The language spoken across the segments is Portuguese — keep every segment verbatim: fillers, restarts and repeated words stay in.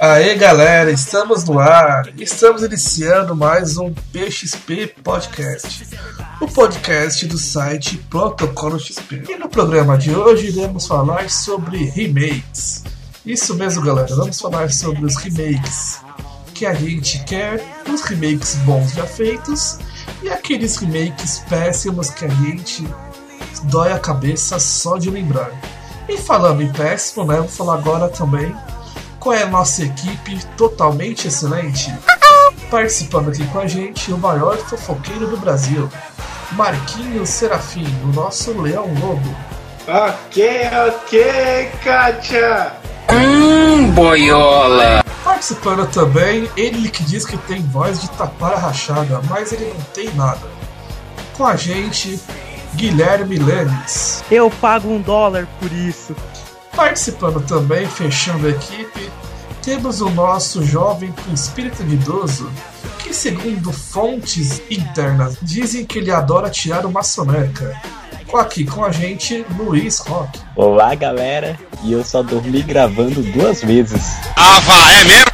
Aê galera, estamos no ar, estamos iniciando mais um P X P Podcast, o podcast do site Protocolo X P. E no programa de hoje iremos falar sobre remakes. Isso mesmo galera, vamos falar sobre os remakes que a gente quer, os remakes bons já feitos e aqueles remakes péssimos que a gente dói a cabeça só de lembrar. E falando em péssimo, né, vou falar agora também qual é a nossa equipe totalmente excelente. Participando aqui com a gente, o maior fofoqueiro do Brasil, Marquinhos Serafim, o nosso Leão Lobo. Ok, ok, Kátia! Hum, boiola! Participando também, ele que diz que tem voz de tapara rachada, mas ele não tem nada. Com a gente, Guilherme Lemes. Eu pago um dólar por isso. Participando também, fechando a equipe, temos o nosso jovem com espírito de idoso, que segundo fontes internas dizem que ele adora tirar uma soneca. Aqui com a gente, Luiz Roque. Olá galera, e eu só dormi gravando duas vezes. Ah, vá, é mesmo?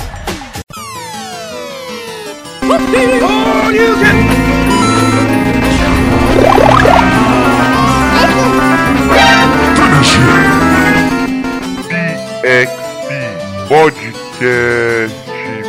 P X P Podcast.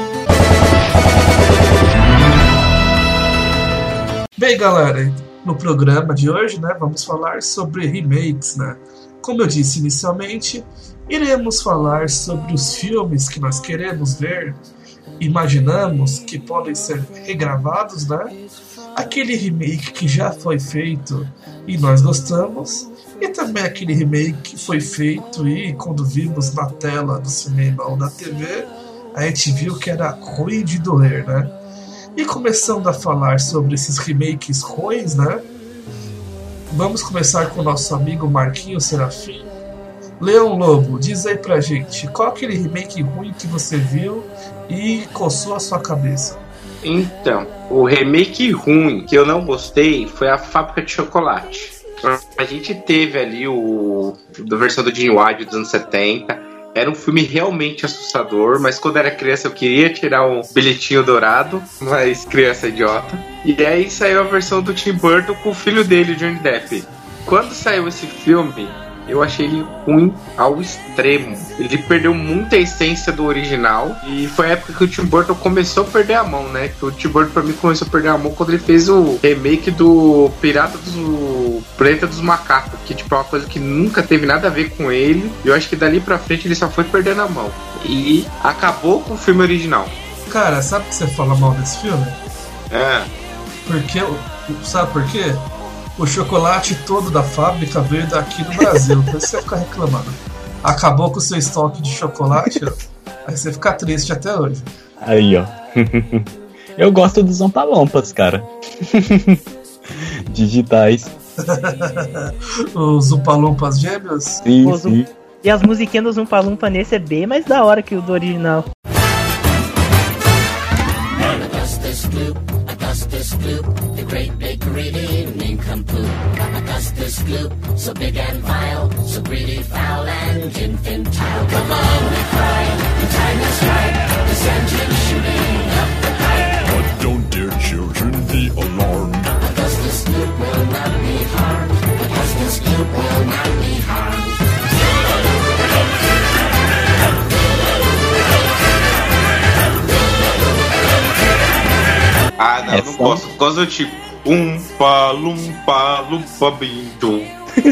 Bem galera, no programa de hoje, né, vamos falar sobre remakes, né? Como eu disse inicialmente, iremos falar sobre os filmes que nós queremos ver, imaginamos que podem ser regravados, né? Aquele remake que já foi feito e nós gostamos, e também aquele remake que foi feito e quando vimos na tela do cinema ou da T V, a gente viu que era ruim de doer, né? E começando a falar sobre esses remakes ruins, né? Vamos começar com o nosso amigo Marquinhos Serafim. Leão Lobo, diz aí pra gente, qual aquele remake ruim que você viu e coçou a sua cabeça? Então, o remake ruim que eu não gostei foi a Fábrica de Chocolate. A gente teve ali o da versão do Gene Wilder dos anos setenta. Era um filme realmente assustador, mas quando era criança eu queria tirar um bilhetinho dourado, mas criança idiota. E aí saiu a versão do Tim Burton com o filho dele, Johnny Depp. Quando saiu esse filme, eu achei ele ruim ao extremo. Ele perdeu muita essência do original e foi a época que o Tim Burton começou a perder a mão, né? Que o Tim Burton pra mim começou a perder a mão quando ele fez o remake do Pirata do Planeta dos Macacos, que tipo é uma coisa que nunca teve nada a ver com ele. E eu acho que dali pra frente ele só foi perdendo a mão e acabou com o filme original. Cara, sabe que você fala mal desse filme? É. Porque, sabe por quê? O chocolate todo da fábrica veio daqui do Brasil, por isso você fica reclamando. Acabou com o seu estoque de chocolate, ó, aí você fica triste até hoje. Aí, ó. Eu gosto dos Ompalompas, cara. Digitais. Os Umpalumpas gêmeos? Sim, Os sim. E as musiquinhas dos Umpa Lumpa nesse é bem mais da hora que o do original. Augustus Gloop, Augustus Gloop, the great big greedy nincompoop. Augustus Gloop, so big and vile, so greedy, foul and infantile. Come on, we cry, the time is right, this engine shooting up the pipe. But don't dear children be alarmed. Augustus Gloop will not be harmed. Augustus Gloop will not be harmed. Ah, não, É eu não só- gosto. Eu gosto do tipo Umpa, Lumpa, Lumpa, Binto.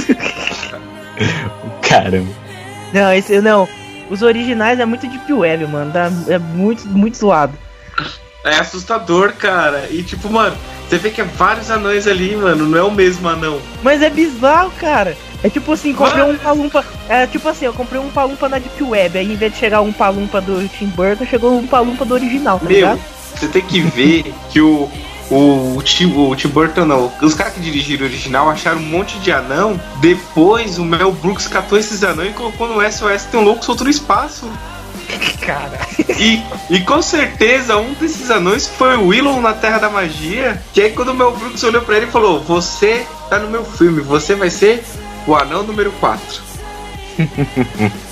Caramba. Não, esse não. Os originais é muito deep web, mano. Dá, é muito, muito zoado. É assustador, cara. E tipo, mano, você vê que é vários anões ali, mano. Não é o mesmo anão. Mas é bizarro, cara. É tipo assim, comprei Mano. um Palumpa. É tipo assim, eu comprei um Palumpa na Deep Web. Aí em vez de chegar um Palumpa do Tim Burton, chegou um Palumpa do original, tá Meu, ligado? você tem que ver que o. O, o, Tim, o Tim Burton não, os caras que dirigiram o original acharam um monte de anão. Depois o Mel Brooks catou esses anões e colocou no S O S Tem um Louco Solto no Espaço. Cara. E, e com certeza um desses anões foi o Willow na Terra da Magia. Que aí quando o Mel Brooks olhou pra ele e falou: você tá no meu filme, você vai ser o anão número quatro.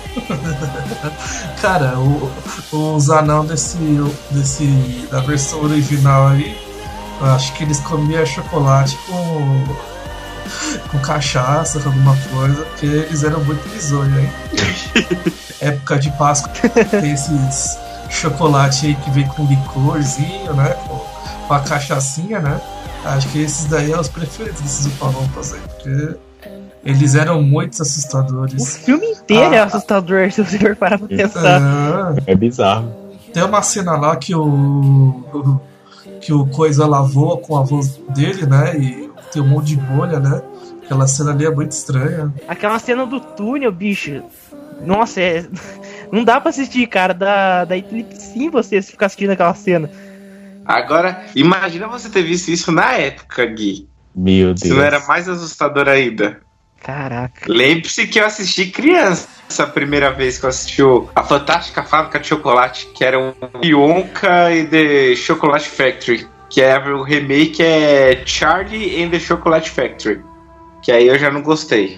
Cara, o, os anão desse, desse. Da versão original aí, eu acho que eles comiam chocolate com. com cachaça, com alguma coisa, porque eles eram muito risonhos, hein? Época de Páscoa tem esses chocolate aí que vem com licorzinho, né? Com, com a cachaçinha, né? Acho que esses daí são os preferidos desses Upa-Lumpas aí, porque eles eram muito assustadores. O filme inteiro Ah, é assustador, se você for parar pra pensar. É, É bizarro. tem uma cena lá que o. que o Coisa lavou com a voz dele, né? E tem um monte de bolha, né? Aquela cena ali é muito estranha. Aquela cena do túnel, bicho. Nossa, é... não dá pra assistir, cara. Dá, dá eclipse em você se ficar assistindo aquela cena. Agora, imagina você ter visto isso na época, Gui. Meu Deus. Se não era mais assustador ainda. Caraca. Lembre-se que eu assisti criança a primeira vez que eu assisti o- a Fantástica Fábrica de Chocolate, que era o Wonka e The Chocolate Factory, que é o remake é Charlie and the Chocolate Factory, que aí eu já não gostei.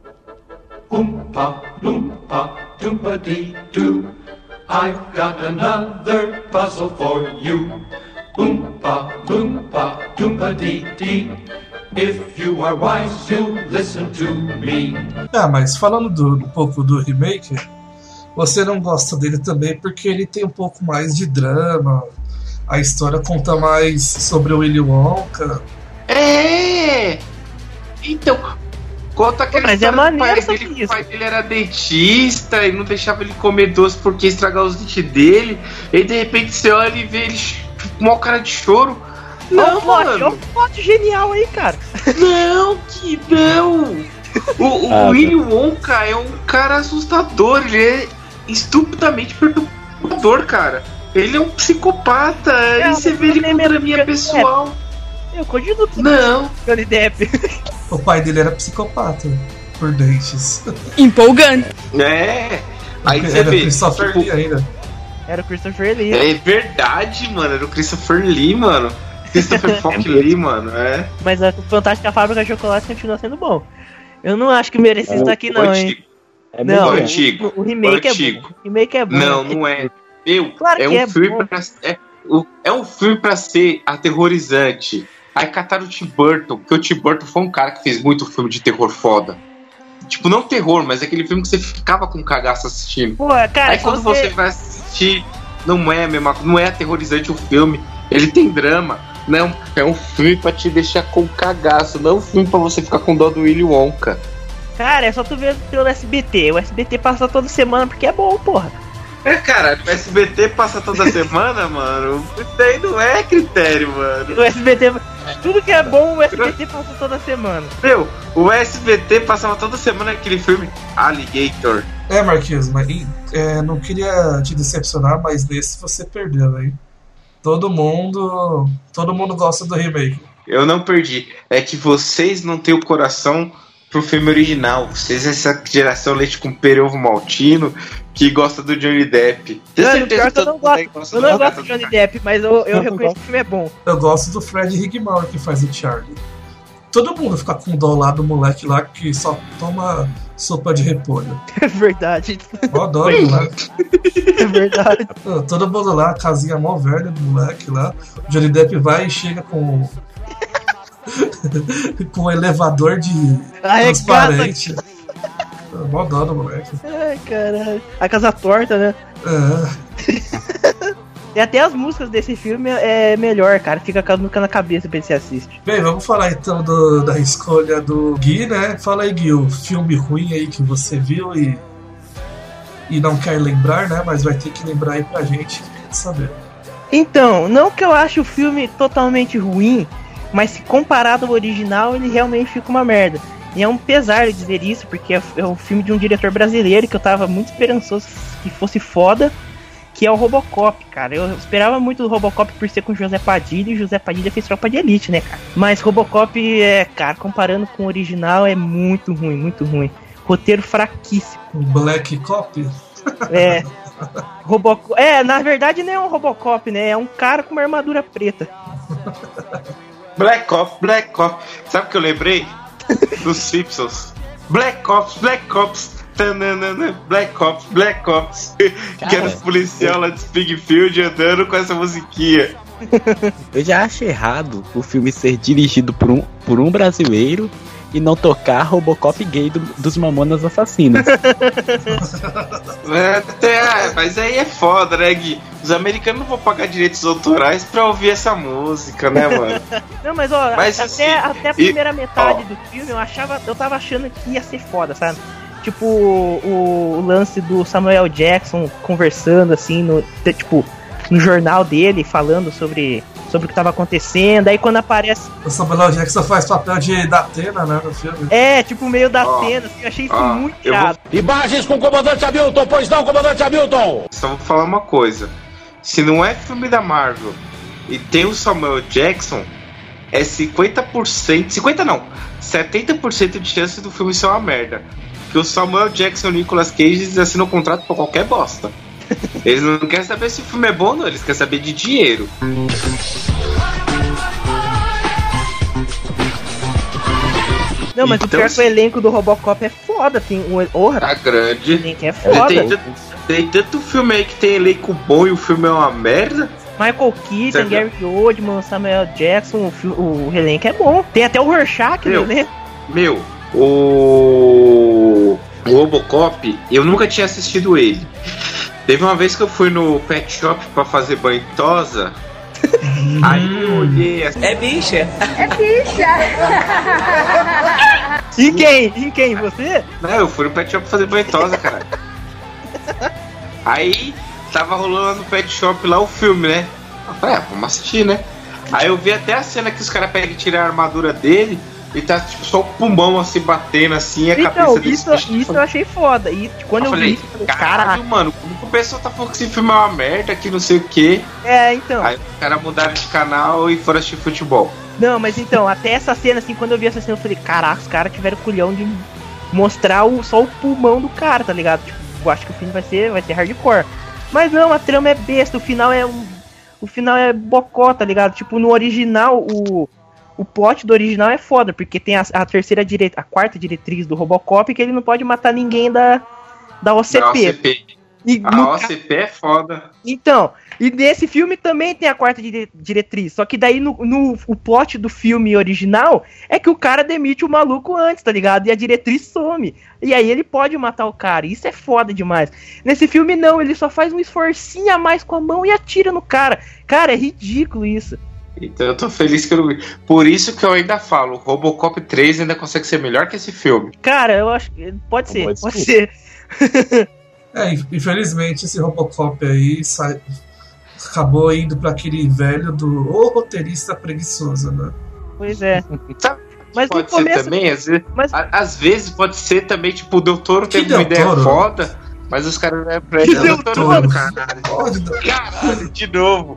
Oompa, loompa, doompa-dee-doo. I've got another puzzle for you. Oompa, loompa, doompa-dee-dee. If you are wise, you'll listen to me. Ah, mas falando do, um pouco do remake, você não gosta dele também porque ele tem um pouco mais de drama. A história conta mais sobre o Willy Wonka. É! Então, conta aquele Mas é história do maneiro pai essa dele, que o pista. pai dele era dentista e não deixava ele comer doce porque ia estragar os dentes dele. E de repente você olha e vê ele com uma cara de choro. Não, Olha o mano. plot genial aí, cara. Não, que não! O, o Ah, Willy Wonka é um cara assustador, ele é estupidamente perturbador, cara. Ele é um psicopata, É, e você vê ele eu com também draminha me- pessoal. Eu continuo com Não, Johnny Depp. O pai dele era psicopata por dentes. Empolgante. é. Aí você Era vê. Christopher tipo, Lee ainda. Era o Christopher Lee. É verdade, mano, era o Christopher Lee, mano. Christopher Fuck Lee, mano, é. Mas a Fantástica Fábrica de Chocolate continua sendo bom. Eu não acho que merecia estar aqui, O não, hein? antigo. É Não, o melhor. antigo. O remake o é antigo. bom. O remake é bom. Não, não é. Meu, Claro é que um é filme bom. pra. É, o- é um filme pra ser aterrorizante. Aí cataram o Tim Burton, porque o Tim Burton foi um cara que fez muito filme de terror foda. Tipo, não terror, mas aquele filme que você ficava com cagaço assistindo. Pô, cara, Aí se quando você vai assistir, não é a mesma, não é aterrorizante o filme. Ele tem drama. Não, é um filme pra te deixar com cagaço, não é um filme pra você ficar com dó do Willy Wonka. Cara, é só tu ver pelo S B T. O S B T passa toda semana porque é bom, porra. É, cara, o S B T passa toda semana, mano. Isso daí não é critério, mano. O S B T. Tudo que é bom, o S B T passa toda semana. Meu, o S B T passava toda semana aquele filme Alligator. É, Marquinhos, mas é, não queria te decepcionar, mas nesse você perdeu, hein? Todo mundo. Todo mundo gosta do remake. Eu não perdi. É que vocês não têm o coração pro filme original. Vocês, essa geração leite com pera e ovo maltino, que gosta do Johnny Depp. Tenho Mano, certeza pior que eu todo não mundo gosto. aí gosta Eu do não gosto Renato do Johnny Carlos. Depp, mas eu, eu Eu não reconheço gosto. que o filme é bom. Eu gosto do Fred Rigmauer que faz o Charlie. Todo mundo fica com dó lá do moleque lá que só toma sopa de repolho. É verdade. Eu adoro o moleque. É verdade. Todo mundo lá, a casinha mó velha do moleque lá. O Johnny Depp vai e chega com. com um elevador de Arrecada. transparente. Eu mó dó do moleque. Ai, caralho. A casa torta, né? É. E até as músicas desse filme é melhor, cara. Fica com a música na cabeça pra você assiste. Bem, vamos falar então do- da escolha do Gui, né? Fala aí, Gui, o filme ruim aí que você viu e, e não quer lembrar, né? Mas vai ter que lembrar aí pra gente saber. Então, não que eu ache o filme totalmente ruim, mas se comparado ao original, ele realmente fica uma merda. E é um pesar dizer isso, porque é é um filme de um diretor brasileiro que eu tava muito esperançoso que fosse foda, que é o Robocop, cara. Eu esperava muito do Robocop por ser com o José Padilha, e o José Padilha fez Tropa de Elite, né, cara? Mas Robocop, é, cara, comparando com o original, é muito ruim, muito ruim. Roteiro fraquíssimo. O Black Cop? É. Robocop. É, na verdade não é um Robocop, né? É um cara com uma armadura preta. Black Ops, Black Ops. Sabe o que eu lembrei? Dos Simpsons. Black Ops, Black Ops. Tananana, Black Ops, Black Ops. Que era os policial lá de Springfield andando com essa musiquinha. Eu já acho errado o filme ser dirigido por um, por um brasileiro e não tocar Robocop gay do, dos Mamonas Assassinas. É, até, mas aí é foda, né, Gui? Os americanos não vão pagar direitos autorais pra ouvir essa música, né, mano? Não, mas ó, Mas, até, assim, até a primeira e, metade ó, do filme eu achava, eu tava achando que ia ser foda, sabe? Tipo, o, o lance do Samuel Jackson conversando assim, no, tipo, no jornal dele, falando sobre, sobre o que tava acontecendo. Aí quando aparece. O Samuel Jackson faz papel de Datena, né, no filme. É, tipo, meio da Ó, cena, assim, eu achei isso ó, muito eu chato. Imagens com o comandante Hamilton, pois não, comandante Hamilton? Só vou falar uma coisa. Se não é filme da Marvel e tem o Samuel Jackson, é cinquenta por cento. cinquenta não, setenta por cento de chance do filme ser uma merda. Porque o Samuel Jackson e o Nicolas Cage assinam um contrato pra qualquer bosta. Eles não querem saber se o filme é bom ou não, eles querem saber de dinheiro. Não, mas Então, o pior é que o elenco do Robocop é foda, assim, o orra, Tá grande. o elenco é foda. Tem, tanto- tem tanto filme aí que tem elenco bom e o filme é uma merda. Michael Keaton, Certo. Gary Oldman, Samuel Jackson, o, fi- o elenco é bom. Tem até o Rorschach no Meu. elenco. Meu, o... o Robocop, eu nunca tinha assistido ele. Teve uma vez que eu fui no pet shop pra fazer banho em tosa. Aí eu olhei assim. É bicha. E quem? E quem? Você? Não, eu fui no pet shop fazer banho em tosa, cara. Aí tava rolando lá no pet shop lá o filme, né? Eu falei, ah, vamos assistir, né? Aí eu vi até a cena que os caras pegam e tiram a armadura dele e tá tipo só o pulmão assim batendo assim, a Então, cabeça desse isso, bicho. isso eu achei foda. E quando Eu eu, falei, vi isso, eu falei, caralho, caraca. mano, como que o pessoal tá falando que esse filme é uma merda, que não sei o que. É, então. Aí os caras mudaram de canal e foram assistir futebol. Não, mas então, até essa cena, assim, quando eu vi essa cena, eu falei, caraca, os caras tiveram culhão de mostrar o, só o pulmão do cara, tá ligado? Tipo, eu acho que o filme vai ser, vai ser hardcore. Mas não, a trama é besta, o final é um. O final é bocó, tá ligado? Tipo, no original, o. O plot do original é foda, porque tem a, a terceira diretriz, a quarta diretriz do Robocop, que ele não pode matar ninguém da, da O C P. Da O C P. E A no O C P é foda. Então, e nesse filme também tem a quarta dire- diretriz, só que daí no, no o plot do filme original é que o cara demite o maluco antes, tá ligado? E a diretriz some. E aí ele pode matar o cara, isso é foda demais. Nesse filme não, ele só faz um esforcinho a mais com a mão e atira no cara. Cara, é ridículo isso. Então eu tô feliz que eu não vi. Por isso que eu ainda falo, Robocop três ainda consegue ser melhor que esse filme. Cara, eu acho que pode ser, Pode pode ser. ser. É, infelizmente esse Robocop aí sai- acabou indo pra aquele velho do o roteirista preguiçoso, né? Pois é. Sabe? Mas Pode no ser começo, também, às vezes, mas a- às vezes pode ser também, tipo, o Del Toro Que teve uma Del ideia Toro? foda, mas os caras não é pra Que ele. Del Del Toro, Toro? caralho. Pode, Caralho, de novo.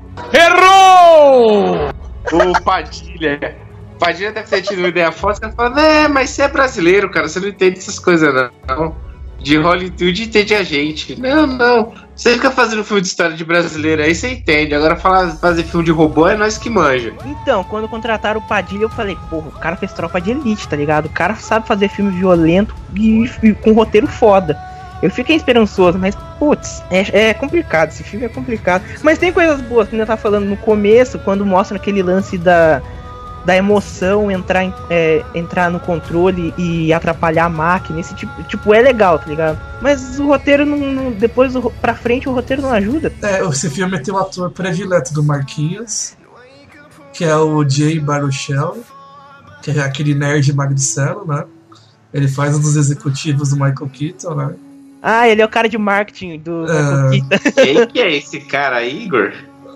Errou! O Padilha. Padilha deve ter tido uma ideia foda, os caras falam, né, mas você é brasileiro, cara, você não entende essas coisas, não. De Hollywood entende a gente. Não, não. Você fica fazendo filme de história de brasileiro aí, você entende. Agora falar, fazer filme de robô é nós que manja. então, quando contrataram o Padilha, eu falei, porra, o cara fez Tropa de Elite, tá ligado? O cara sabe fazer filme violento e, e com roteiro foda. Eu fiquei esperançoso, mas, putz, é, é complicado, esse filme é complicado. Mas tem coisas boas, que ainda tá falando no começo, quando mostra aquele lance da, da emoção entrar, em- é, entrar no controle e atrapalhar a máquina. Esse tipo, tipo, é legal, tá ligado? Mas o roteiro, não, não- depois o ro- pra frente, o roteiro não ajuda. É, esse filme tem o ator predileto do Marquinhos, que é o Jay Baruchel, que é aquele nerd magricelo, né? Ele faz um dos executivos do Michael Keaton, né? Ah, ele é o cara de marketing do É. Michael Keaton. Quem que é esse cara aí, Igor?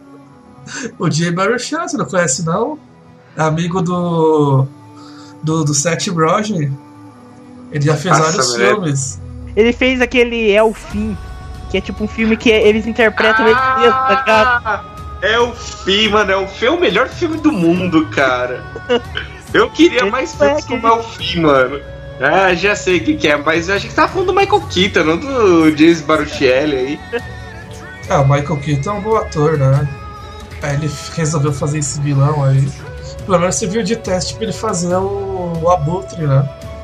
O Jay Baruchel, você não conhece, não? É amigo do, do, do Seth Rogen. Ele já fez Nossa, vários moleque. filmes. Ele fez aquele É o Fim, que é tipo um filme que eles interpretam eles mesmos, tá ligado? Ah, é o filme, mano. É o, fi- é o melhor filme do mundo, cara. Eu queria mais Esse é filmes como aquele- é o filme, mano. Ah, já sei o que, que é, mas eu achei que você tava falando do Michael Keaton, não do James Baruchelli aí. Ah, o Michael Keaton é um bom ator, né? Aí ele resolveu fazer esse vilão aí. Pelo menos serviu de teste pra ele fazer o, o Abutre, né?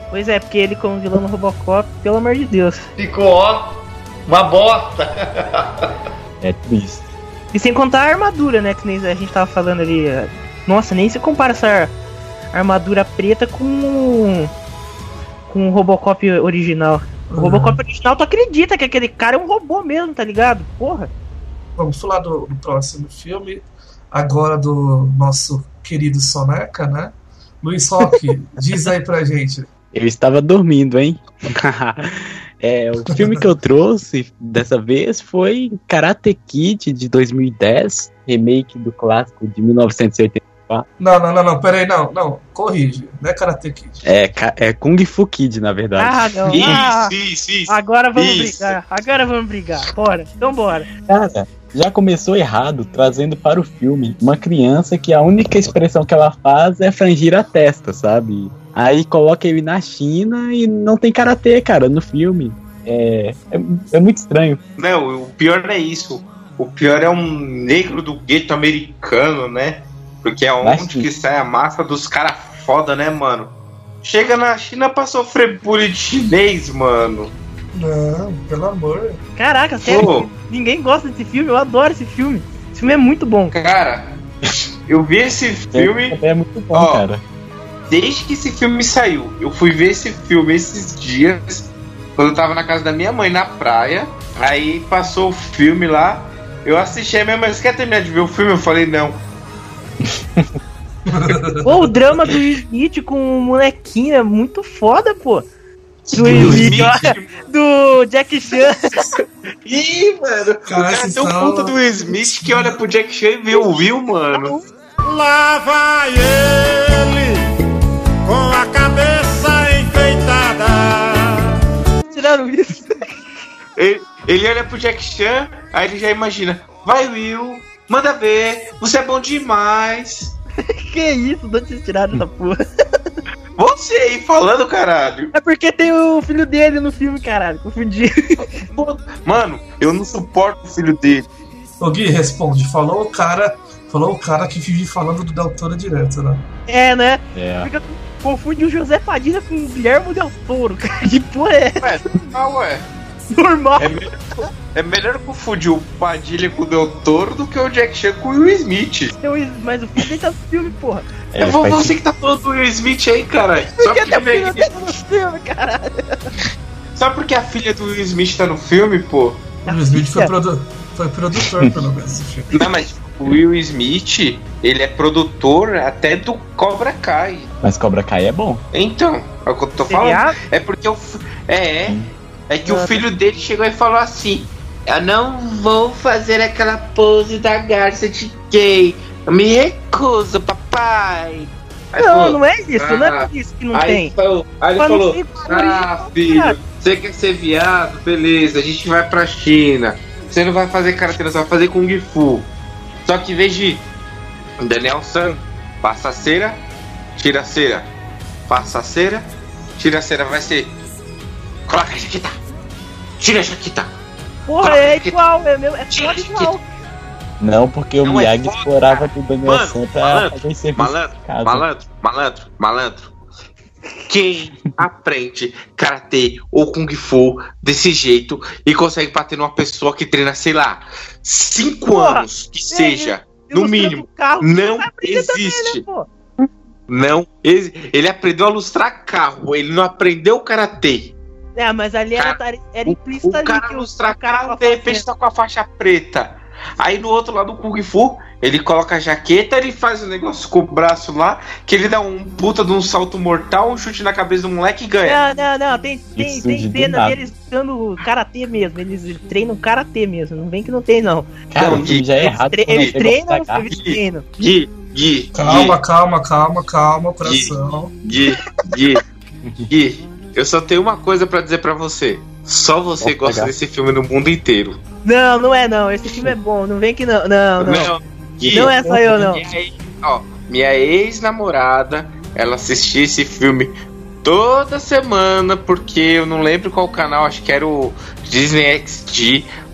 Pois é, porque ele como vilão no Robocop, pelo amor de Deus. Ficou, ó, uma bosta. É triste. E sem contar a armadura, né, que nem a gente tava falando ali. Nossa, nem se compara essa armadura preta com com o Robocop original. O Uhum. Robocop original, tu acredita que aquele cara é um robô mesmo, tá ligado? Porra. Vamos falar do, do próximo filme, agora do nosso querido Soneca, né? Luiz Roque, diz aí pra gente. Eu estava dormindo, hein? É, o filme que eu trouxe dessa vez foi Karate Kid de dois mil e dez, remake do clássico de mil novecentos e oitenta e quatro. Não, não, não, não, peraí, não, não, corrige, não é Karate Kid. É, é Kung Fu Kid, na verdade. Ah, não. Isso, Ah, isso, isso. agora vamos Isso. brigar. Agora vamos brigar. Bora. Então bora. Cara, já começou errado trazendo para o filme uma criança que a única expressão que ela faz é frangir a testa, sabe? Aí coloca ele na China e não tem karatê, cara, no filme. É, é, é muito estranho. Não, o pior é isso. O pior é um negro do gueto americano, né? Porque é Mas onde sim. que sai a massa dos caras foda, né, mano? Chega na China pra sofrer bullying de chinês, mano. Não, pelo amor. Caraca, sério. Pô, Ninguém gosta desse filme. Eu adoro esse filme. Esse filme é muito bom. cara, eu vi esse filme É muito bom, Ó, cara. desde que esse filme saiu. Eu fui ver esse filme esses dias, quando eu tava na casa da minha mãe na praia. Aí passou o filme lá. Eu assisti a minha mãe, você quer terminar de ver o filme? Eu falei, não. Pô, o drama do Will Smith com o molequinho é muito foda, pô. Do Will Will Smith, Smith. olha, do Jack Chan. Ih, mano, Cara, o cara é vocês tão são- puta do Will Smith que olha pro Jack Chan e vê o Will, mano. Lá vai ele, com a cabeça enfeitada. Tiraram isso. Ele, ele olha pro Jack Chan, aí ele já imagina: vai, Will, manda ver, você é bom demais. Que isso? De onde vocês tiraram essa porra? Você aí falando, caralho. É porque tem o filho dele no filme, caralho. Confundi. Mano, eu não suporto o filho dele. O Gui responde, falou o cara, falou o cara que vive falando do Del Toro direto, né? É, né? É. Fica, confunde o José Padilha com o Guilherme Del Toro, cara. Que porra é Ué, não, ué. normal? É melhor, é melhor confundir o Padilha com o Del Toro do que o Jack Chan com o Will Smith. Mas o filho dele tá no filme, porra. É, eu vou faz você que tá falando do Will Smith aí, cara. Só Por que porque, tá o filho vem- dele no filme, caralho? só porque a filha do Will Smith tá no filme, pô. O Will Smith foi, produ foi produtor, pelo menos, do filme. Não, mas o Will Smith, ele é produtor até do Cobra Kai. Mas Cobra Kai é bom. Então, é o que eu tô falando. Seriado? É porque o fi- é, é, é que Ah, o tá. filho dele chegou e falou assim: eu não vou fazer aquela pose da garça de gay. Eu me recuso, papai. Aí Não, falou, não é isso. Não é ah, por isso que não aí tem. falou, aí ele Mas não falou: tem ah, original, filho, cara. você quer ser viado? Beleza, a gente vai pra China. Você não vai fazer karatê, você vai fazer Kung Fu. Só que em vez de Daniel San, passa a cera, tira a cera, passa a cera, tira a cera, vai ser. Coloca a jaqueta, tira a jaqueta. Porra, é igual, é, meu, é foda igual. Não, porque o Não é Miyagi foda, explorava do Daniel Mano, San pra malandro, fazer serviço Malandro, de casa. malandro, malandro, malandro. Quem aprende karatê ou kung fu desse jeito e consegue bater numa pessoa que treina, sei lá, cinco Porra, anos, que seja, Ilustrando no mínimo, o carro, não vai aprender também, existe. né, pô? Não, ele, ele aprendeu a lustrar carro, ele não aprendeu karatê. É, mas ali era, Cara, era O, implícito o ali cara que o, lustrar o cara carro, tava de repente fazendo. tá com a faixa preta. Aí no outro lado do Kung Fu, ele coloca a jaqueta, ele faz um negócio com o braço lá, que ele dá um puta de um salto mortal, um chute na cabeça do moleque e ganha. Não, não, não, tem, tem, Isso tem de do cena nada. deles dando karatê mesmo, eles treinam karatê mesmo, não vem que não tem não. Cara, Não, o filme já é Eles, errado. tre- quando eles chega treinam, pra cá. eles treinam. Gui, Gui, Calma, calma, calma, calma, coração. Gui, Gui, Gui, Gui, eu só tenho uma coisa pra dizer pra você. Só você Vou gosta pegar. desse filme no mundo inteiro. Não, não é não, esse filme é bom, não vem que não, não, não. Não, Gui, Não é só eu não. Minha, ex- ó, minha ex-namorada, ela assistia esse filme toda semana, porque eu não lembro qual canal, acho que era o Disney X D,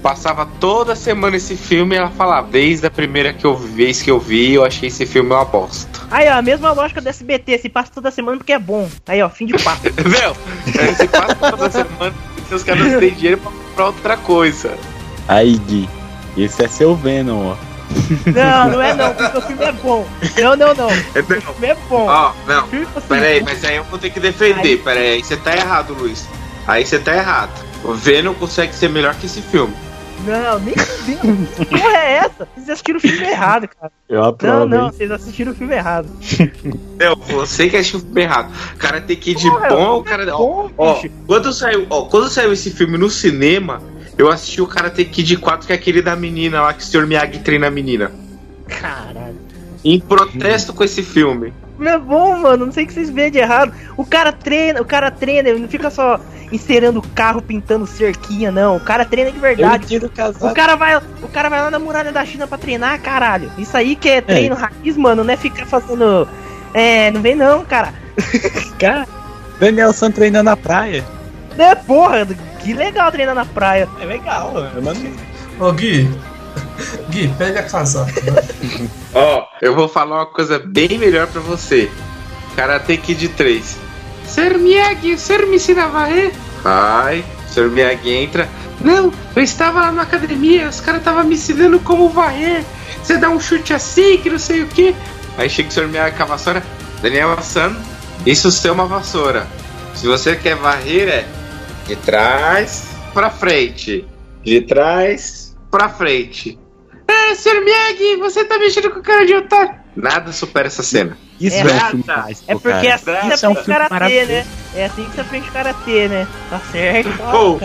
Passava toda semana esse filme e ela falava, desde a primeira que eu, vez que eu vi, eu achei esse filme uma bosta. Aí, ó, a mesma lógica do S B T, se passa toda semana porque é bom. Aí, ó, fim de papo. Meu, aí se passa toda semana porque os caras não têm dinheiro pra comprar outra coisa. Aí, Gui, esse é seu Venom, ó. Não, não é não, porque o filme é bom. Não, não, não. O filme é bom. Ó, não, peraí, mas aí eu vou ter que defender. Peraí, você tá errado, Luiz. Aí você tá errado. O Venom consegue ser melhor que esse filme. Não, nem fudendo. Que porra é essa? Vocês assistiram o filme errado, cara. Eu aprovo. Não, não, vocês assistiram o filme errado. Não, você que assistiu o filme errado. Cara, tem que ir de Porra, bom, o é cara. bom, Ó, ó, bicho. quando saiu, ó, quando saiu esse filme no cinema, eu assisti o Karate Kid quatro, que é aquele da menina lá, que o senhor Miyagi treina a menina. Caralho. Em protesto com esse filme. Não é bom, mano. Não sei o que vocês veem de errado. O cara treina, o cara treina, ele não fica só encerando o carro, pintando cerquinha, não. O cara treina de verdade. tiro o casaco. O cara vai, o cara vai lá na muralha da China pra treinar, caralho. Isso aí que é treino É. raiz, mano, não é ficar fazendo. É, não vem não, cara. Cara, Daniel San treinando na praia. É, porra, que legal treinar na praia. É legal, mano. Ô Gui, Gui, pega a casaca. Né? Ó, eu vou falar uma coisa bem melhor pra você. Karate Kid três. senhor Miyagi, o senhor me ensina a varrer? Vai, o senhor Miyagi entra. Não, eu estava lá na academia, os caras estavam me ensinando como varrer. Você dá um chute assim, que não sei o que. Aí chega o senhor Miyagi com a vassoura. Daniel San, isso é uma vassoura. Se você quer varrer, é de trás pra frente. De trás pra frente. É, senhor Miyagi, você tá mexendo com cara de otário. Nada supera essa cena. Isso É, é, nada. um filme mais, É pô, porque cara. assim você Isso é um aprende filme karatê, maravilhoso. né? É assim que você aprende karatê, né? Tá certo. Pô,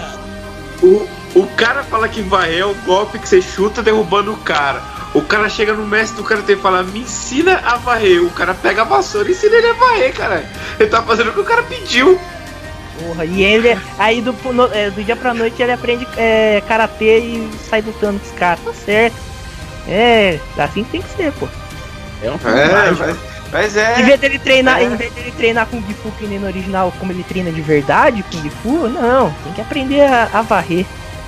o, o cara fala que vai é o golpe que você chuta derrubando o cara. O cara chega no mestre do karatê e fala, me ensina a varrer. O cara pega a vassoura e ensina ele a varrer, cara. Ele tá fazendo o que o cara pediu. Porra, e ele, aí do, no- é, do dia pra noite ele aprende é, karatê e sai lutando com os caras. Tá certo. É, assim tem que ser, pô. É um filme É, mágico. mas, mas Em é. vez dele treinar, É. em vez dele treinar Kung Fu que nem no original, como ele treina de verdade, Kung Fu, não, tem que aprender a, a varrer.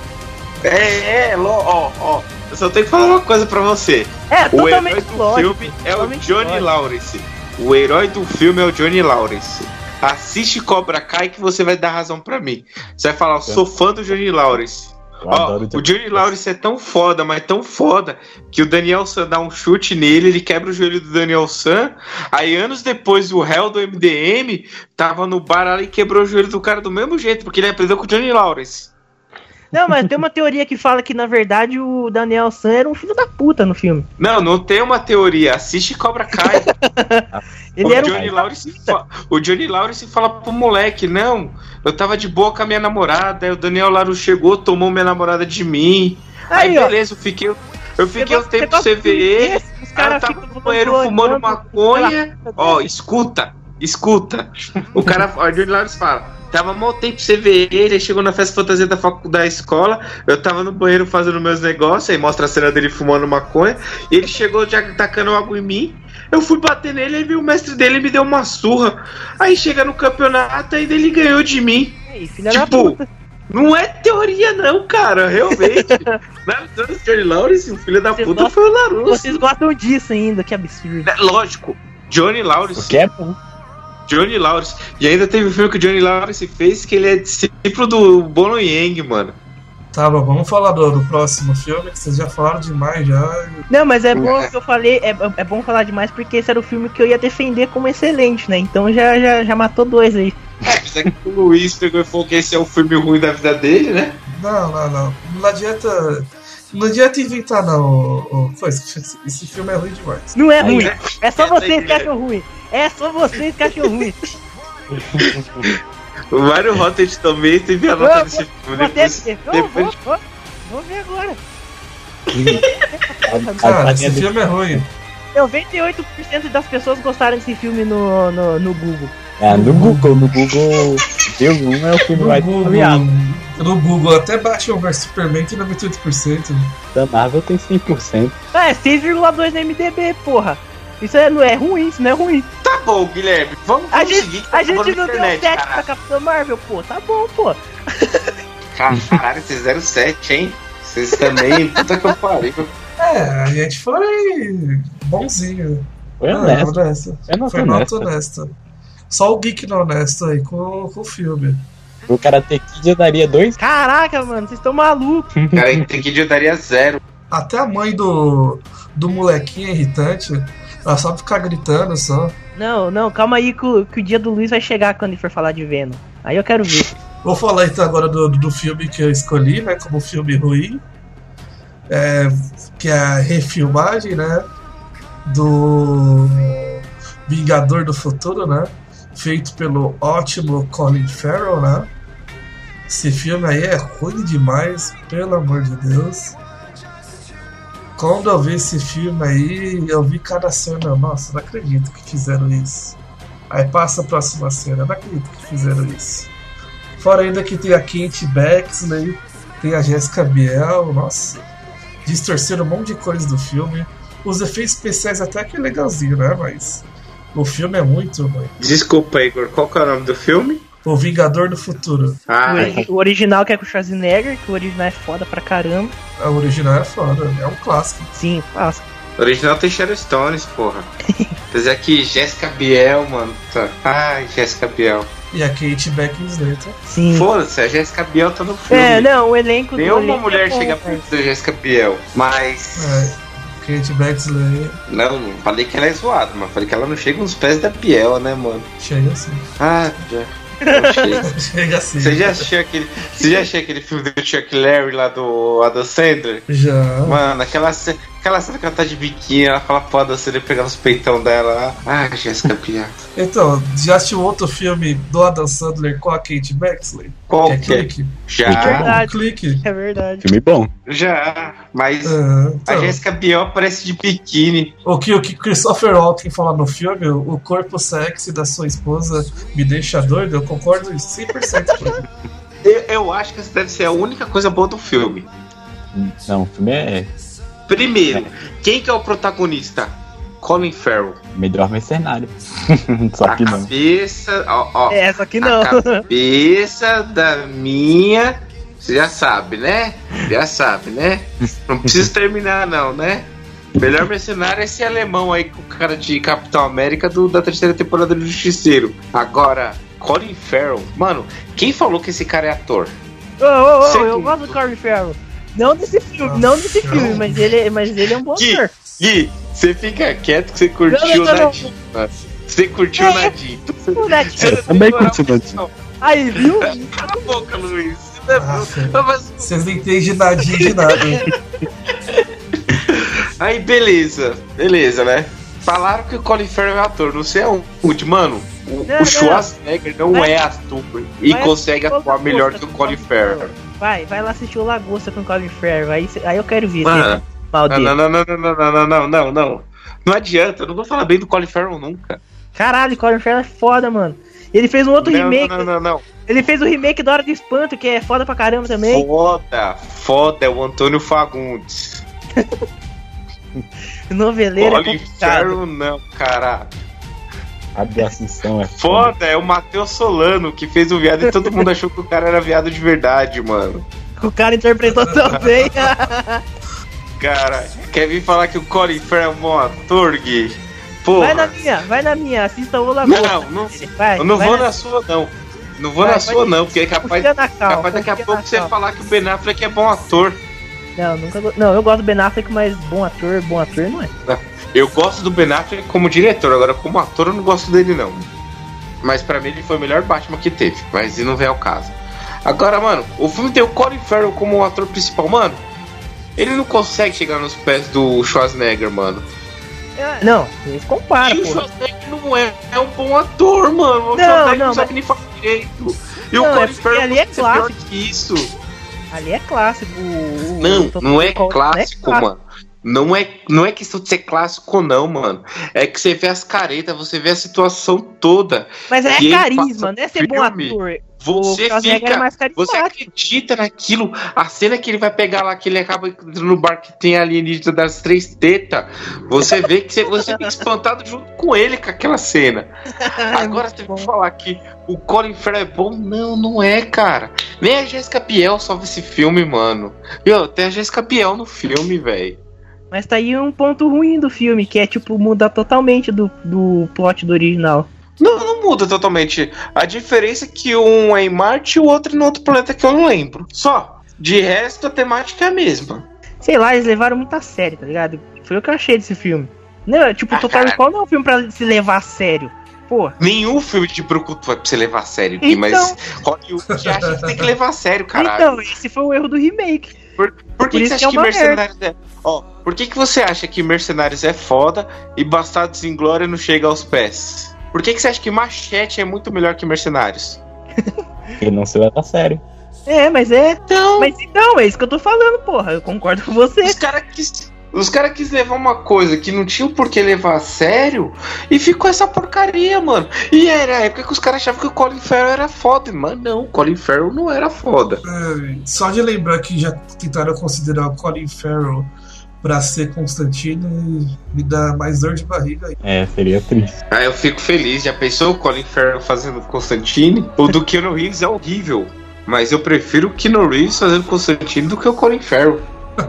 É, é, lo- ó, ó. Eu só tenho que falar uma coisa pra você. É, O herói totalmente do lógico. filme é o totalmente Johnny lógico. Lawrence. O herói do filme é o Johnny Lawrence. Assiste Cobra Kai que você vai dar razão pra mim. Você vai falar, eu sou fã do Johnny Lawrence. Eu Ó, adoro o Johnny Lawrence é tão foda, mas tão foda, que o Daniel San dá um chute nele, ele quebra o joelho do Daniel San. Aí anos depois o réu do M D M tava no bar lá e quebrou o joelho do cara do mesmo jeito, porque ele aprendeu com o Johnny Lawrence. Não, mas tem uma teoria que fala que na verdade o Daniel San era um filho da puta no filme. Não, não tem uma teoria. Assiste Cobra Kai. Ele o, era um Johnny filho da Lawrence fa- o Johnny Lawrence fala pro moleque, não, eu tava de boa com a minha namorada, aí o Daniel Laro chegou, tomou minha namorada de mim. Aí, Aí, ó. beleza, eu fiquei, eu fiquei um Negócio- tempo sem negócio ver ele. desse, Os Aí eu caras tava ficam no banheiro fumando maconha. Ó, escuta, escuta. O cara, ó, o Johnny Lawrence fala, tava mal tempo sem ver ele, aí chegou na festa fantasia da faculdade da escola, eu tava no banheiro fazendo meus negócios, aí mostra a cena dele fumando maconha, e ele chegou já tacando água em mim, eu fui bater nele, aí veio o mestre dele e me deu uma surra, aí chega no campeonato, aí ele ganhou de mim. Aí, filha da Tipo, puta. não é teoria não, cara, realmente. Na visão do Johnny Lawrence, o filho da Vocês puta gostam- foi o Larusso. Vocês gostam disso ainda, que absurdo. É, lógico, Johnny Lawrence. O que é bom. Johnny Lawrence. E ainda teve um filme que o Johnny Lawrence fez que ele é discípulo do Bono Yang, mano. Tá bom, vamos falar do, do próximo filme, que vocês já falaram demais já. Não, mas é bom que eu falei, é, é bom falar demais porque esse era o filme que eu ia defender como excelente, né? Então já, já, já matou dois aí. É, apesar que o Luiz pegou e falou que esse é o filme ruim da vida dele, né? Não, não, não. Não adianta. Não adianta inventar, não. ô- ô, coisa. Esse filme é ruim demais. Não é Aí, ruim. né? É só Essa vocês aí, que acham ruim. É só vocês que acham ruim. O Mario Rotten também teve a Eu nota vou- desse filme. Vou até Depois, ver. Eu depois vou, vou, vou ver agora. Cara, esse filme é ruim. noventa e oito por cento das pessoas gostaram desse filme no, no, no Google. É, no Google, no Google, D um é o filme No mais Google, premiado. no Google, até Batman versus Superman tem noventa e oito por cento. Da Marvel tem cem por cento. Ah, é seis vírgula dois no M D B, porra. Isso é, não é ruim, isso não é ruim. Tá bom, Guilherme. Vamos, A vamos gente, seguir. que tá a gente acabando não a deu internet, sete pra caralho. Capitão Marvel, pô. Tá bom, pô. Caralho, vocês deram sete, hein? vocês também, puta que eu pariu. É, a gente foi bonzinho. Foi Ah, honesto. honesto. Foi nota Foi nota honesta. honesta. Só o geek não honesto aí com, com o filme. O Karate Kid eu daria dois. Caraca, mano, vocês estão malucos. Cara, tem que eu daria zero. Até a mãe do, do molequinho é irritante. Ela só ficar gritando só. Não, não, calma aí que o, que o dia do Luiz vai chegar quando ele for falar de Venom. Aí eu quero ver. Vou falar então agora do, do filme que eu escolhi, né? Como filme ruim. É, que é a refilmagem, né? Do Vingador do Futuro, né? Feito pelo ótimo Colin Farrell, né? Esse filme aí é ruim demais, pelo amor de Deus. Quando eu vi esse filme aí, eu vi cada cena, nossa, não acredito que fizeram isso. Aí passa a próxima cena, não acredito que fizeram isso. Fora ainda que tem a Kate Beckinsale, tem a Jessica Biel, nossa, distorceram um monte de coisa do filme. Os efeitos especiais até que é legalzinho, né? Mas o filme é muito ruim. Desculpa, Igor, qual que é o nome do filme? O Vingador do Futuro. Ah, O, ori- o original que é com o Schwarzenegger, que o original é foda pra caramba. A original é foda, é um clássico. Sim, passa. o original tem Shadow Stones, porra. Apesar que Jessica Biel, mano. Tá. Ai, Jessica Biel. E a Kate Beckinsale, tá? Sim. Foda-se, a Jessica Biel tá no filme. É, não, o elenco do Nenhuma elenco mulher é bom, chega cara. perto da Jessica Biel. Mas. É, Kate Beckinsale Não, não falei que ela é zoada, mas falei que ela não chega nos pés da Biel, né, mano? chega assim. Ah, já. Não chega. Chega assim. Você já assistiu aquele. Você já assistiu aquele filme do Chuck Larry lá do Adam Sandler? Já. Mano, aquela, ce- aquela cena que ela tá de biquíni, ela fala pro Adam Sandler pegar os peitão dela. Ah, Jéssica Biel. Então, já assistiu outro filme do Adam Sandler com a Kate Beckinsale? Qual que é que é? Clique? Já, Verdade. Clique. É verdade. Filme bom. já. Mas Ah, a então, Jéssica Biel aparece de biquíni. o que o que Christopher Walken fala no filme, o corpo sexy da sua esposa me deixa doido, eu concordo cem por cento com ele. Eu, eu acho que essa deve ser a única coisa boa do filme. Não, o filme é Primeiro, quem que é o protagonista? Colin Farrell. melhor mercenário. Só A que não. cabeça, ó, ó, É, só que não. a cabeça da minha, você já sabe, né? Já sabe, né? Não precisa terminar não, né? Melhor mercenário é esse alemão aí com o cara de Capitão América do, da terceira temporada do Justiceiro. Agora, Colin Farrell, mano, quem falou que esse cara é ator? Ô, ô, ô, Segundo. eu gosto do Colin Farrell. Não desse filme, não desse filme, mas ele, mas ele é um bom Gui, ator. Gui, você fica quieto que você curtiu Não, não, o não, não. Nadinho. mano. Você curtiu o É. Nadinho. O Netinho. Eu também curti o Nadinho. Aí, viu? Cala a boca, Luiz. Você não é Nossa. bom. Mas- Vocês não entendem nadinha de nada. Aí, beleza. Beleza, né? Falaram que o Colin Farrell é ator. Não sei aonde, mano. O, Não, o Schwarzenegger não, Vai- é ator e vai consegue assistir o atuar melhor Lagosta que o com Colin Farrell. Vai, vai lá assistir o Lagosta com o Colin Farrell. Aí, cê- aí eu quero ver. Mano, Mano, mal Não, dele. não, não, não, não, não, não, não, não, não. Não adianta, eu não vou falar bem do Colin Farrell nunca. Caralho, Colin Farrell é foda, mano. Ele fez um outro Não, remake. não, não, não, não. Ele fez o remake da Hora do Espanto, que é foda pra caramba também. Foda, foda é o Antônio Fagundes. Noveleiro é Colin complicado. Farrell não, cara. A do Assunção é Foda é o Matheus Solano, que fez o viado e todo mundo achou que o cara era viado de verdade, mano. O cara interpretou tão bem. Cara, quer vir falar que o Colin Farrell é um bom ator, Gui? Porra. Vai na minha, vai na minha, assista o Lagosta. Não, não, vai, eu não vai vou na... na sua, não. Não vou Vai, na vai sua, de- não, porque é capaz, confia na calma, capaz daqui a confia pouco na você calma. falar que o Ben Affleck é bom ator. Não, nunca go- não, eu gosto do Ben Affleck, mas bom ator, bom ator não é. Eu gosto do Ben Affleck como diretor, agora como ator eu não gosto dele, não. Mas pra mim ele foi o melhor Batman que teve, mas não vem ao caso. Agora, mano, o filme tem o Colin Farrell como o ator principal, mano. Ele não consegue chegar nos pés do Schwarzenegger, mano. É, Não, eles comparam, E o pô. Schwarzenegger não é, é um bom ator, mano. O Não, Schwarzenegger não, não, sabe mas- nem falar direito. E Não, o é Colin porque Farrell ali é pode ser pior clássico. que isso. Ali é clássico. o- o- Não, o- não é o- clássico, não é mano. Não é, não é questão de ser clássico ou não, mano. É que você vê as caretas, você vê a situação toda. Mas é E ele carisma, passa não é ser bom filme. ator. Você O Schwarzenegger fica, é mais você carismático. acredita naquilo. A cena que ele vai pegar lá, que ele acaba entrando no bar que tem a alienígena das três tetas. Você vê que você, você fica espantado junto com ele com aquela cena. Agora você vai falar que o Colin Farrell é bom? Não, não é, cara. Nem a Jessica Biel salva esse filme, mano. Viu? Tem a Jessica Biel no filme, velho. Mas tá aí um ponto ruim do filme, que é tipo mudar totalmente do, do plot do original. Não, não muda totalmente. A diferença é que um é em Marte e o outro é no outro planeta que eu não lembro. Só. De resto, a temática é a mesma. Sei lá, eles levaram muito a sério, tá ligado? Foi o que eu achei desse filme. Não, tipo, Ah, Total cara. Recall não é um filme pra se levar a sério. Pô. Nenhum filme de Brucutu vai pra você levar a sério, Gui, Então. mas Hollywood acha que tem que levar a sério, caralho. Então, esse foi o erro do remake. Por, por que, por que isso você que acha é que uma Mercenários é... Ó, por que, que você acha que Mercenários é foda e Bastardos em Glória não chega aos pés? Por que, que você acha que Machete é muito melhor que Mercenários? Ele não se leva a sério. É, mas é. Então, Mas então, é isso que eu tô falando, porra. Eu concordo com você. os caras quis, os cara quis levar uma coisa que não tinha por que levar a sério e ficou essa porcaria, mano. E era a época que os caras achavam que o Colin Farrell era foda. Mas não, o Colin Farrell não era foda. É, só de lembrar que já tentaram considerar o Colin Farrell pra ser Constantine me dá mais dor de barriga aí. É, seria triste. Ah, eu fico feliz. Já pensou o Colin Farrell fazendo Constantine? O do Keanu Reeves é horrível. Mas eu prefiro o Keanu Reeves fazendo Constantine do que o Colin Farrell.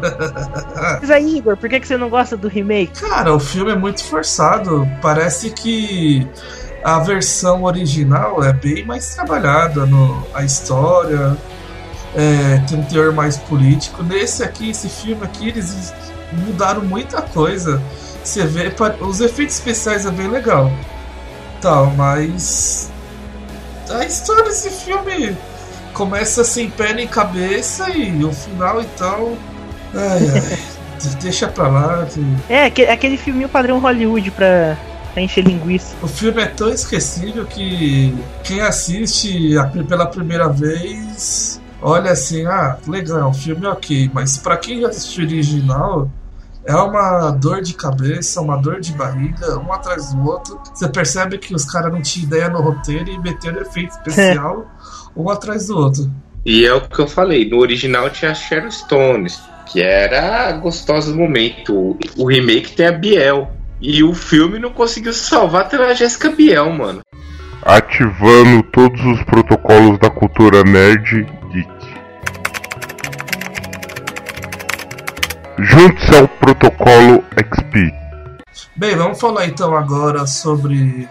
Mas aí, Igor, por que, que você não gosta do remake? Cara, o filme é muito forçado. Parece que a versão original é bem mais trabalhada no, a história, é, tem um teor mais político. Nesse aqui, esse filme aqui, eles mudaram muita coisa. Você vê, pa- os efeitos especiais é bem legal, tal, mas a história desse filme começa sem pé nem cabeça e o final então, ai, ai, deixa pra lá. Que... É, aque- aquele filminho padrão Hollywood pra, pra encher linguiça. O filme é tão esquecível que quem assiste a- pela primeira vez olha assim, ah, legal, o filme é ok, mas pra quem já assistiu o original é uma dor de cabeça, uma dor de barriga, um atrás do outro. Você percebe que os caras não tinham ideia no roteiro e meteram efeito especial um atrás do outro. E é o que eu falei, no original tinha a Sharon Stone, que era a gostosa do momento. O remake tem a Biel. E o filme não conseguiu se salvar até a Jessica Biel, mano. Ativando todos os protocolos da cultura nerd geek. Junte-se ao protocolo X P. Bem, vamos falar então agora sobre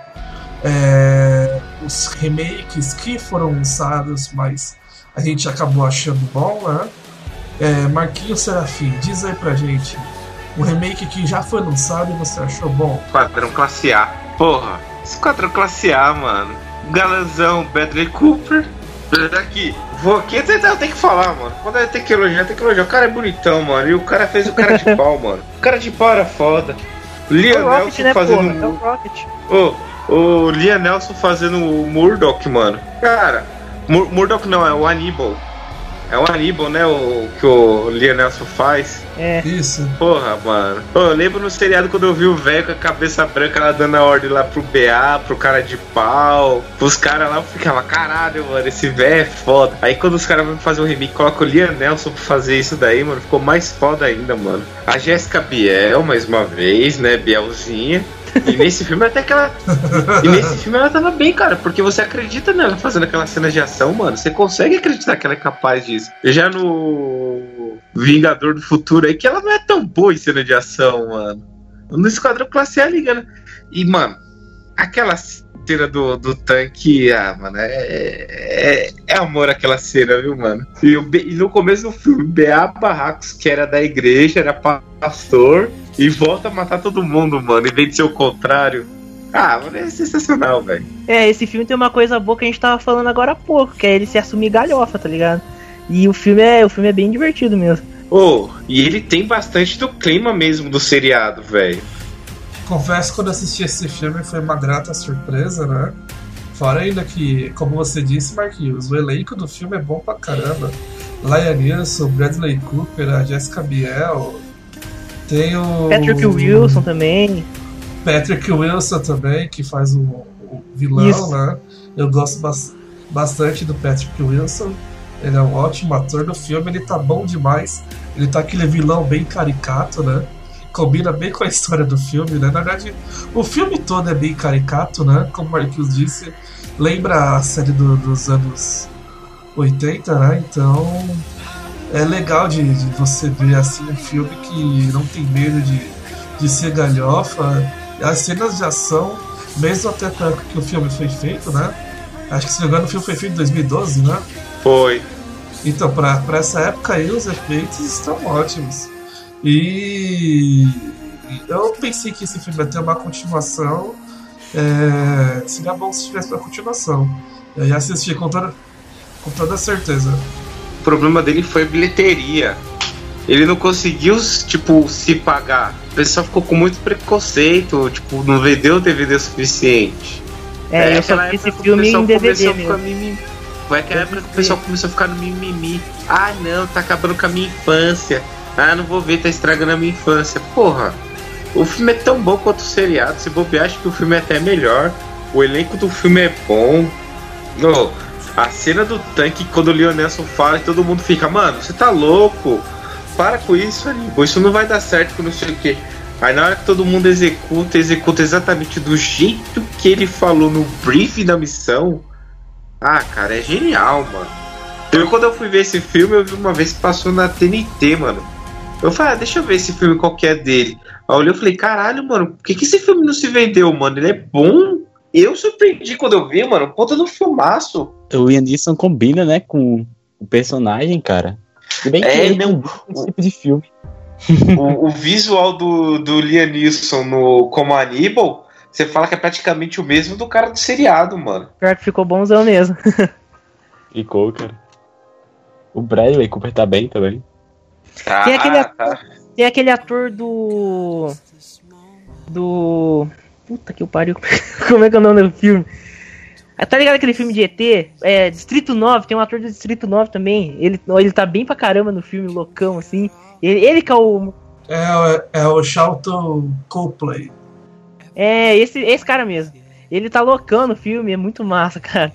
é, os remakes que foram lançados, mas a gente acabou achando bom, né? É, Marquinhos Serafim, diz aí pra gente o remake que já foi lançado e você achou bom. Esquadrão Classe A. Porra, Esquadrão Classe A, mano. Galanzão, Bradley Cooper. Aqui, vou aqui, eu tenho, eu tenho que falar, mano. Quando eu tenho que elogiar, tem que elogiar. O cara é bonitão, mano. E o cara fez o cara de pau, mano. O cara de pau era foda. O Liam É o Rocket, Nelson né, fazendo. porra? É o Rocket. Ô, o Liam Nelson fazendo o Murdoch, mano. Cara, Mur Murdoch não, é o Aníbal. É o Aníbal, né? O que o Liam Nelson faz. É. Isso. Porra, mano. Pô, eu lembro no seriado quando eu vi o velho com a cabeça branca lá dando a ordem lá pro B A, pro cara de pau. Os caras lá, eu ficava, caralho, mano, esse velho é foda. Aí quando os caras vão fazer um remake, coloca o Liam Nelson pra fazer isso daí, mano, ficou mais foda ainda, mano. A Jessica Biel, mais uma vez, né? Bielzinha. E nesse filme até que ela. E nesse filme ela tava bem, cara, porque você acredita nela fazendo aquelas cenas de ação, mano. Você consegue acreditar que ela é capaz disso. Já no Vingador do Futuro aí, que ela não é tão boa em cena de ação, mano. No Esquadrão Classe A ligando. E, mano, aquela cena do, do tanque, ah, mano, é, é, é amor aquela cena, viu, mano? E, o B, e no começo do filme, B A Barracos, que era da igreja, era pastor, e volta a matar todo mundo, mano, em vez de ser o contrário. Ah, mano, é sensacional, velho. É, esse filme tem uma coisa boa que a gente tava falando agora há pouco, que é ele se assumir galhofa, tá ligado? E o filme é, o filme é bem divertido mesmo. Oh, e ele tem bastante do clima mesmo do seriado, velho. Confesso que quando assisti esse filme foi uma grata surpresa, né? Fora ainda que, como você disse, Marquinhos, o elenco do filme é bom pra caramba. Liam Neeson, Bradley Cooper, a Jessica Biel. Tem o. Patrick Wilson também. Patrick Wilson também, que faz o, o vilão, Isso. né? Eu gosto bas- bastante do Patrick Wilson. Ele é um ótimo ator do filme, ele tá bom demais. Ele tá aquele vilão bem caricato, né? Combina bem com a história do filme, né? Na verdade, o filme todo é bem caricato, né? Como o Marquinhos disse, lembra a série do, dos anos oitenta, né? Então é legal de, de você ver assim um filme que não tem medo de, de ser galhofa. As cenas de ação, mesmo até pra época que o filme foi feito, né? Acho que, se não me engano, o filme foi feito em dois mil e doze, né? Foi. Então, pra, pra essa época aí, os efeitos estão ótimos. E eu pensei que esse filme ia ter uma continuação. É, seria bom se tivesse uma continuação. Eu ia assistir com toda, com toda certeza. O problema dele foi a bilheteria. Ele não conseguiu, tipo, se pagar. O pessoal ficou com muito preconceito, tipo, não vendeu o D V D suficiente. É, é eu só vi esse filme em D V D mesmo. Mimimi. Foi aquela época que o pessoal começou a ficar no mimimi. Ah, não, tá acabando com a minha infância. Ah, não vou ver, tá estragando a minha infância. Porra, o filme é tão bom quanto o seriado. Se bobear, acho que o filme é até melhor. O elenco do filme é bom. Oh, a cena do tanque, quando o Liam Neeson fala e todo mundo fica, mano, você tá louco? Para com isso, Aníbal, isso não vai dar certo com não sei o que. Aí na hora que todo mundo executa, executa exatamente do jeito que ele falou no briefing da missão. Ah, cara, é genial, mano. Eu, quando eu fui ver esse filme, eu vi uma vez que passou na T N T, mano. Eu falei, ah, deixa eu ver esse filme qual que é dele. Aí eu olhei e falei, caralho, mano, por que, que esse filme não se vendeu, mano? Ele é bom. Eu surpreendi quando eu vi, mano, ponta do filmaço. O Liam Neeson combina, né, com o personagem, cara. Se bem que é, ele não, não esse tipo de filme. O, o visual do, do Liam Neeson no, como Aníbal, você fala que é praticamente o mesmo do cara do seriado, mano. Pior que ficou bonzão mesmo. Ficou, cara. O Bradley Cooper tá bem também. Ah, tem, aquele ator, tá. tem aquele ator do... Do... Puta que o pariu. Como é que é o nome do filme? Tá ligado aquele filme de E T? É, Distrito nove, tem um ator do Distrito nove também. Ele, ele tá bem pra caramba no filme, loucão, assim. Ele, ele que é o... É, é o Charlton Copley. É, esse, esse cara mesmo. Ele tá loucão no filme, é muito massa, cara.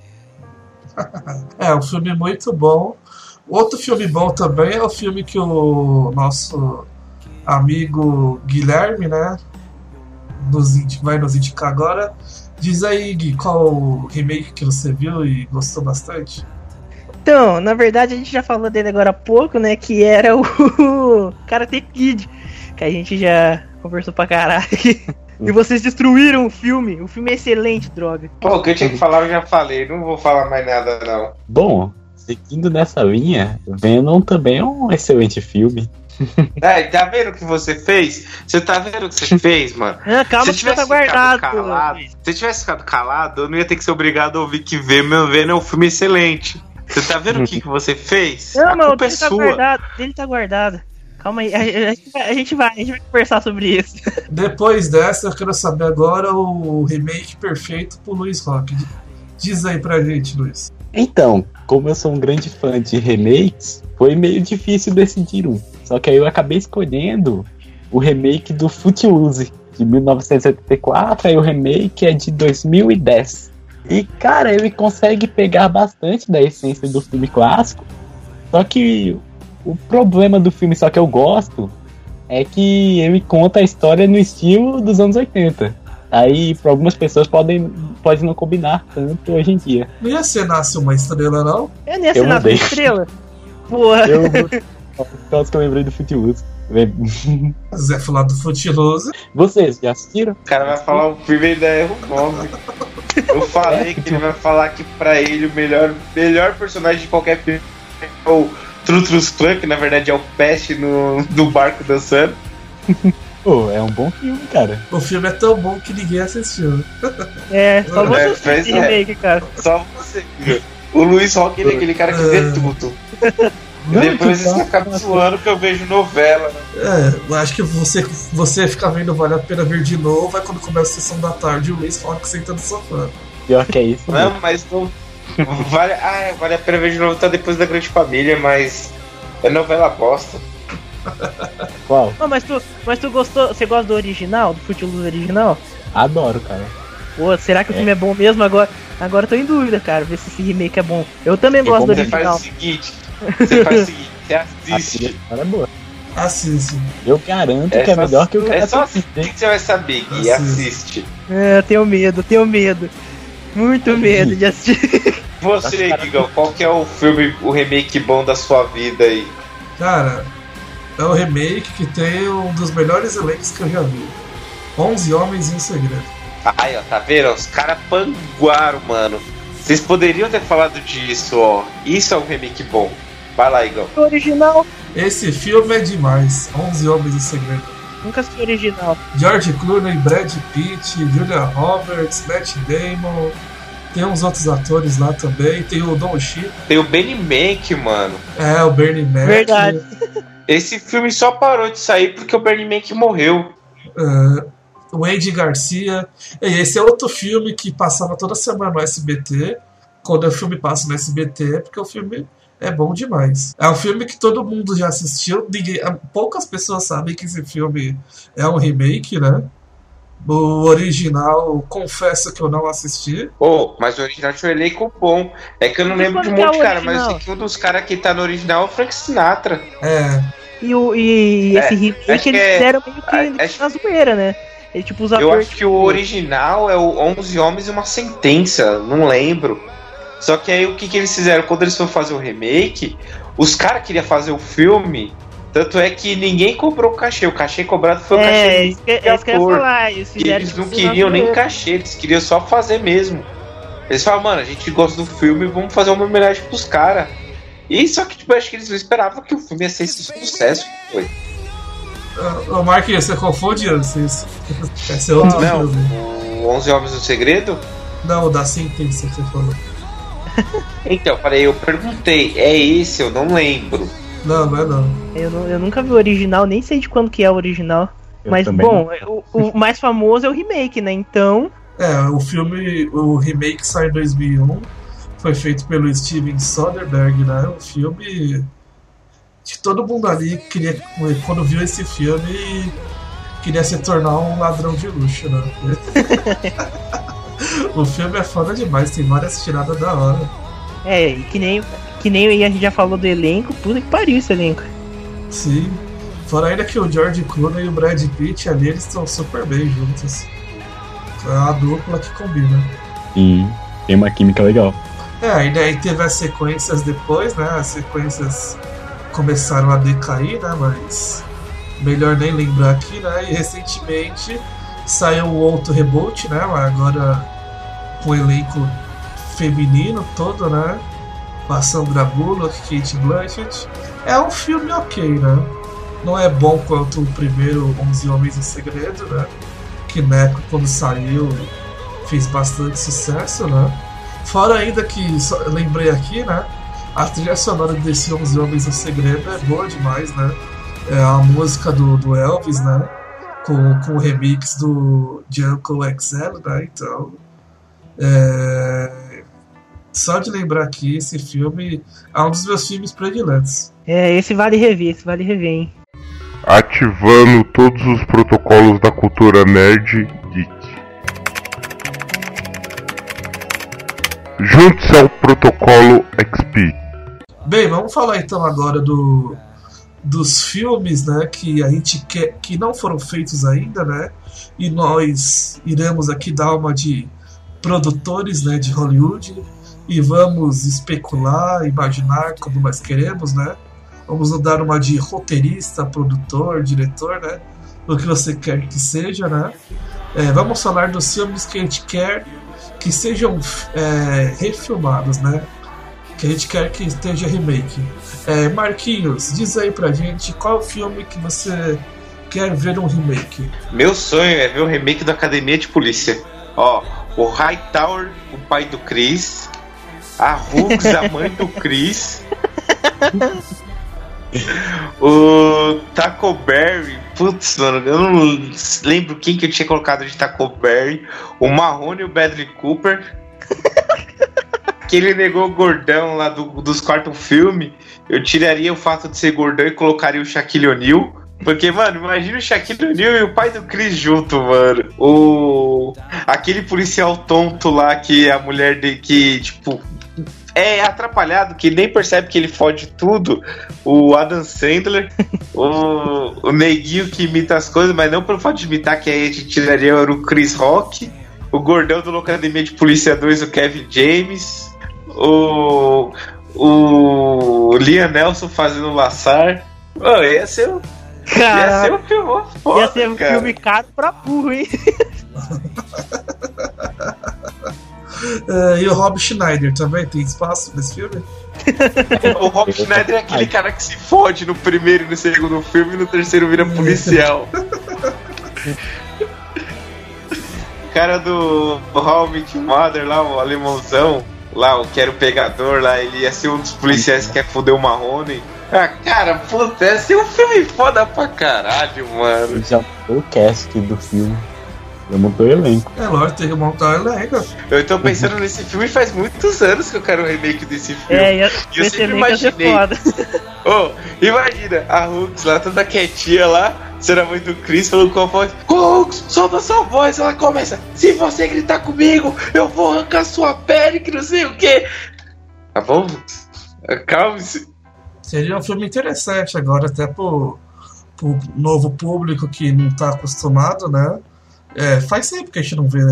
É, um filme muito bom. Outro filme bom também é o filme que o nosso amigo Guilherme, né, nos indi- vai nos indicar agora. Diz aí, Gui, qual o remake que você viu e gostou bastante? Então, na verdade a gente já falou dele agora há pouco, né, que era o Karate Kid, que a gente já conversou pra caralho. E vocês destruíram o filme. O filme é excelente, droga. Pô, o que eu tinha que falar eu já falei. Não vou falar mais nada, não. Bom, seguindo nessa linha, Venom também é um excelente filme. É, tá vendo o que você fez? Você tá vendo o que você fez, mano? Ah, calma, se que tá guardado. Calado, se tivesse ficado calado, eu não ia ter que ser obrigado a ouvir que Venom é um filme excelente. Você tá vendo o que, que você fez? Não, a mano, culpa é ele tá sua. guardado. Ele tá guardado. Calma aí, a, a, a, gente vai, a, gente vai, a gente vai conversar sobre isso. Depois dessa, eu quero saber agora o remake perfeito pro Luiz Rock. Diz aí pra gente, Luiz. Então, como eu sou um grande fã de remakes, foi meio difícil decidir um. Só que aí eu acabei escolhendo o remake do Footloose, de mil novecentos e setenta e quatro, aí o remake é de dois mil e dez. E, cara, ele consegue pegar bastante da essência do filme clássico, só que o problema do filme, só que eu gosto, é que ele conta a história no estilo dos anos oitenta. Aí, para algumas pessoas, podem, pode não combinar tanto hoje em dia. Não ia ser Nasce Uma Estrela, não? Eu nem ia ser Nasce Uma Estrela? Porra. Eu, por causa que eu lembrei do Footloose. Zé falar do Footloose. Vocês já assistiram? O cara vai falar o filme ainda é o nome. Eu falei que ele vai falar que pra ele o melhor, melhor personagem de qualquer filme é o Trutrus Clan, que na verdade é o Peste no, no barco dançando. Pô, é um bom filme, cara. O filme é tão bom que ninguém assistiu. É, só você É, assistir mas esse remake, cara. Só você, viu? O Luiz Rock ele é aquele cara que vê tudo. Não, E depois que você acaba zoando que eu vejo novela, né? É, eu acho que você, você ficar vendo Vale a Pena Ver de novo, é quando começa a sessão da tarde e o Luiz Rock senta no sofá. Pior que é isso. Não, mesmo. mas não. Vale, ah, vale a pena ver de novo, tá depois da Grande Família, mas é novela bosta. Qual? Não, mas tu, mas tu gostou, você gosta do original, do Footloose original? Adoro, cara. Pô, será que o É. filme é bom mesmo? Agora, agora eu tô em dúvida, cara, ver se esse remake é bom. Eu também Foi gosto bom, do você faz original. o seguinte: você faz o seguinte, você A assiste. trilha sonora é boa. Assiste. Eu garanto É que é só- melhor que o É cara só assiste, assim hein? que você vai saber, Gui. Assiste. Assiste. É, eu tenho medo, tenho medo. Muito medo de assistir. Você, Guigão, qual que é o filme, o remake bom da sua vida aí? Cara, é o remake que tem um dos melhores elencos que eu já vi. onze Homens e um Segredo. Aí, ó, tá vendo? Os caras panguaram, mano. Vocês poderiam ter falado disso, ó. Isso é um remake bom. Vai lá, Igão. O original, Esse filme é demais. onze Homens e um Segredo. nunca assisti o original. George Clooney, Brad Pitt, Julia Roberts, Matt Damon. Tem uns outros atores lá também. Tem o Don Cheadle. Tem o Benny Mac, mano. É, o Bernie Mac. Verdade. Esse filme só parou de sair porque o Bernie Mac morreu. É, o Andy Garcia. E esse é outro filme que passava toda semana no S B T. Quando o filme passa no S B T, é porque o filme é bom demais. É um filme que todo mundo já assistiu. Ninguém, poucas pessoas sabem que esse filme é um remake, né? O original, confesso que eu não assisti. Ô, mas o original tinha um elenco bom. É que eu não Mas lembro de um quando que é monte de o cara, mas eu sei original? que um dos caras que tá no original é o Frank Sinatra. É, E, o, e É, esse acho remake que eles é- fizeram meio que a- acho- na zoeira, né? Ele, tipo, os Eu atores. acho que o original é o onze Homens e uma Sentença, não lembro. Só que aí o que, que eles fizeram? Quando eles foram fazer o remake, os caras queriam fazer o filme, tanto é que ninguém cobrou o cachê. O cachê cobrado foi o cachê É, do isso que, é isso que eu ia ator. falar. Eles E fizeram, eles tipo, não na queriam nem zoeira. cachê, eles queriam só fazer mesmo. Eles falaram, mano, a gente gosta do filme, vamos fazer uma homenagem pros caras. E só que, tipo, acho que eles não esperavam que o filme ia ser esse sucesso que foi. Ô Marquinhos, você confunde esses. Esse é outro Não, filme. o onze Homens no Segredo? Não, o da Sentença que você falou. Então, eu falei, eu perguntei, é esse? Eu não lembro. Não, não é não. Eu, não- eu nunca vi o original, nem sei de quando que é o original. Eu Mas, também bom, o, o mais famoso é o remake, né? Então, É, o filme, o remake saiu em dois mil e um. Foi feito pelo Steven Soderbergh, né? Um filme que todo mundo ali queria, quando viu esse filme, queria se tornar um ladrão de luxo, né? O filme é foda demais, tem várias tiradas da hora. é, e que nem, que nem a gente já falou do elenco, puta que pariu esse elenco. Sim. Fora ainda que o George Clooney e o Brad Pitt ali, eles estão super bem juntos. É uma dupla que combina. Sim, tem uma química legal. É, ainda aí teve as sequências depois, né? As sequências começaram a decair, né? Mas melhor nem lembrar aqui, né? E recentemente saiu um outro reboot, né? Agora com o elenco feminino todo, né? Com a Sandra Bullock, Kate Blanchett. É um filme ok, né? Não é bom quanto o primeiro onze Homens em Segredo, né? Que na época quando saiu fez bastante sucesso, né? Fora ainda que, só, eu lembrei aqui, né? A trilha sonora desse onze Homens em Segredo é boa demais, né? É a música do, do Elvis, né? Com, com o remix do de Uncle X L, né? Então, é... só de lembrar aqui, esse filme é um dos meus filmes prediletos. É, esse vale rever, esse vale rever, hein? Ativando todos os protocolos da cultura nerd geek. Junte-se ao protocolo X P. Bem, vamos falar então agora do, dos filmes, né, que a gente quer, que não foram feitos ainda, né, e nós iremos aqui dar uma de produtores, né, de Hollywood e vamos especular, imaginar como nós queremos, né, vamos dar uma de roteirista, produtor, diretor, né, o que você quer que seja, né, é, vamos falar dos filmes que a gente quer que sejam é, refilmados, né? Que a gente quer que esteja remake. É, Marquinhos, diz aí pra gente qual filme que você quer ver um remake. Meu sonho é ver o remake da Academia de Polícia. Ó, o Hightower, o pai do Chris, a Hughes, a mãe do Chris, o Taco Berry, putz, mano, eu não lembro quem que eu tinha colocado de Taco Berry, o Marrone e o Bradley Cooper, que ele negou o gordão lá do, dos quartos filme, eu tiraria o fato de ser gordão e colocaria o Shaquille O'Neal. Porque, mano, imagina o Shaquille O'Neal e o pai do Chris junto, mano. O... Aquele policial tonto lá que a mulher de... que, tipo... é atrapalhado, que nem percebe que ele fode tudo. O Adam Sandler, o, o neguinho que imita as coisas, mas não pelo fato de imitar, que aí a gente tiraria o Chris Rock, o gordão do Locademia de Polícia dois, o Kevin James, o, o Liam Nelson fazendo o Lassar. Mano, ia ser o ia ser um filme foda, ia ser um cara. filme caro pra burro, hein? Uh, e o Rob Schneider também tem espaço nesse filme? O Rob Schneider é aquele cara que se fode no primeiro e no segundo filme e no terceiro vira policial. O cara do How I Met Your Mother lá, o alemãozão, lá, o que era o pegador lá, ele ia ser um dos policiais que quer foder o Marrone. Ah, cara, puta, ia ser um filme foda pra caralho, mano. Já o cast do filme. Eu montei o elenco. É lógico, tem que montar o elenco. Eu tô pensando nesse filme faz muitos anos que eu quero um remake desse filme. É, eu, e eu sempre imaginei. Oh, imagina, a Hooks lá, toda quietinha lá, sendo a mãe do Chris, falando com a voz: Hooks, solta sua voz. Ela começa: se você gritar comigo, eu vou arrancar sua pele, que não sei o que. Tá bom, Hooks? Acalme-se. Seria um filme interessante agora, até pro, pro novo público que não tá acostumado, né? É, faz tempo que a gente não vê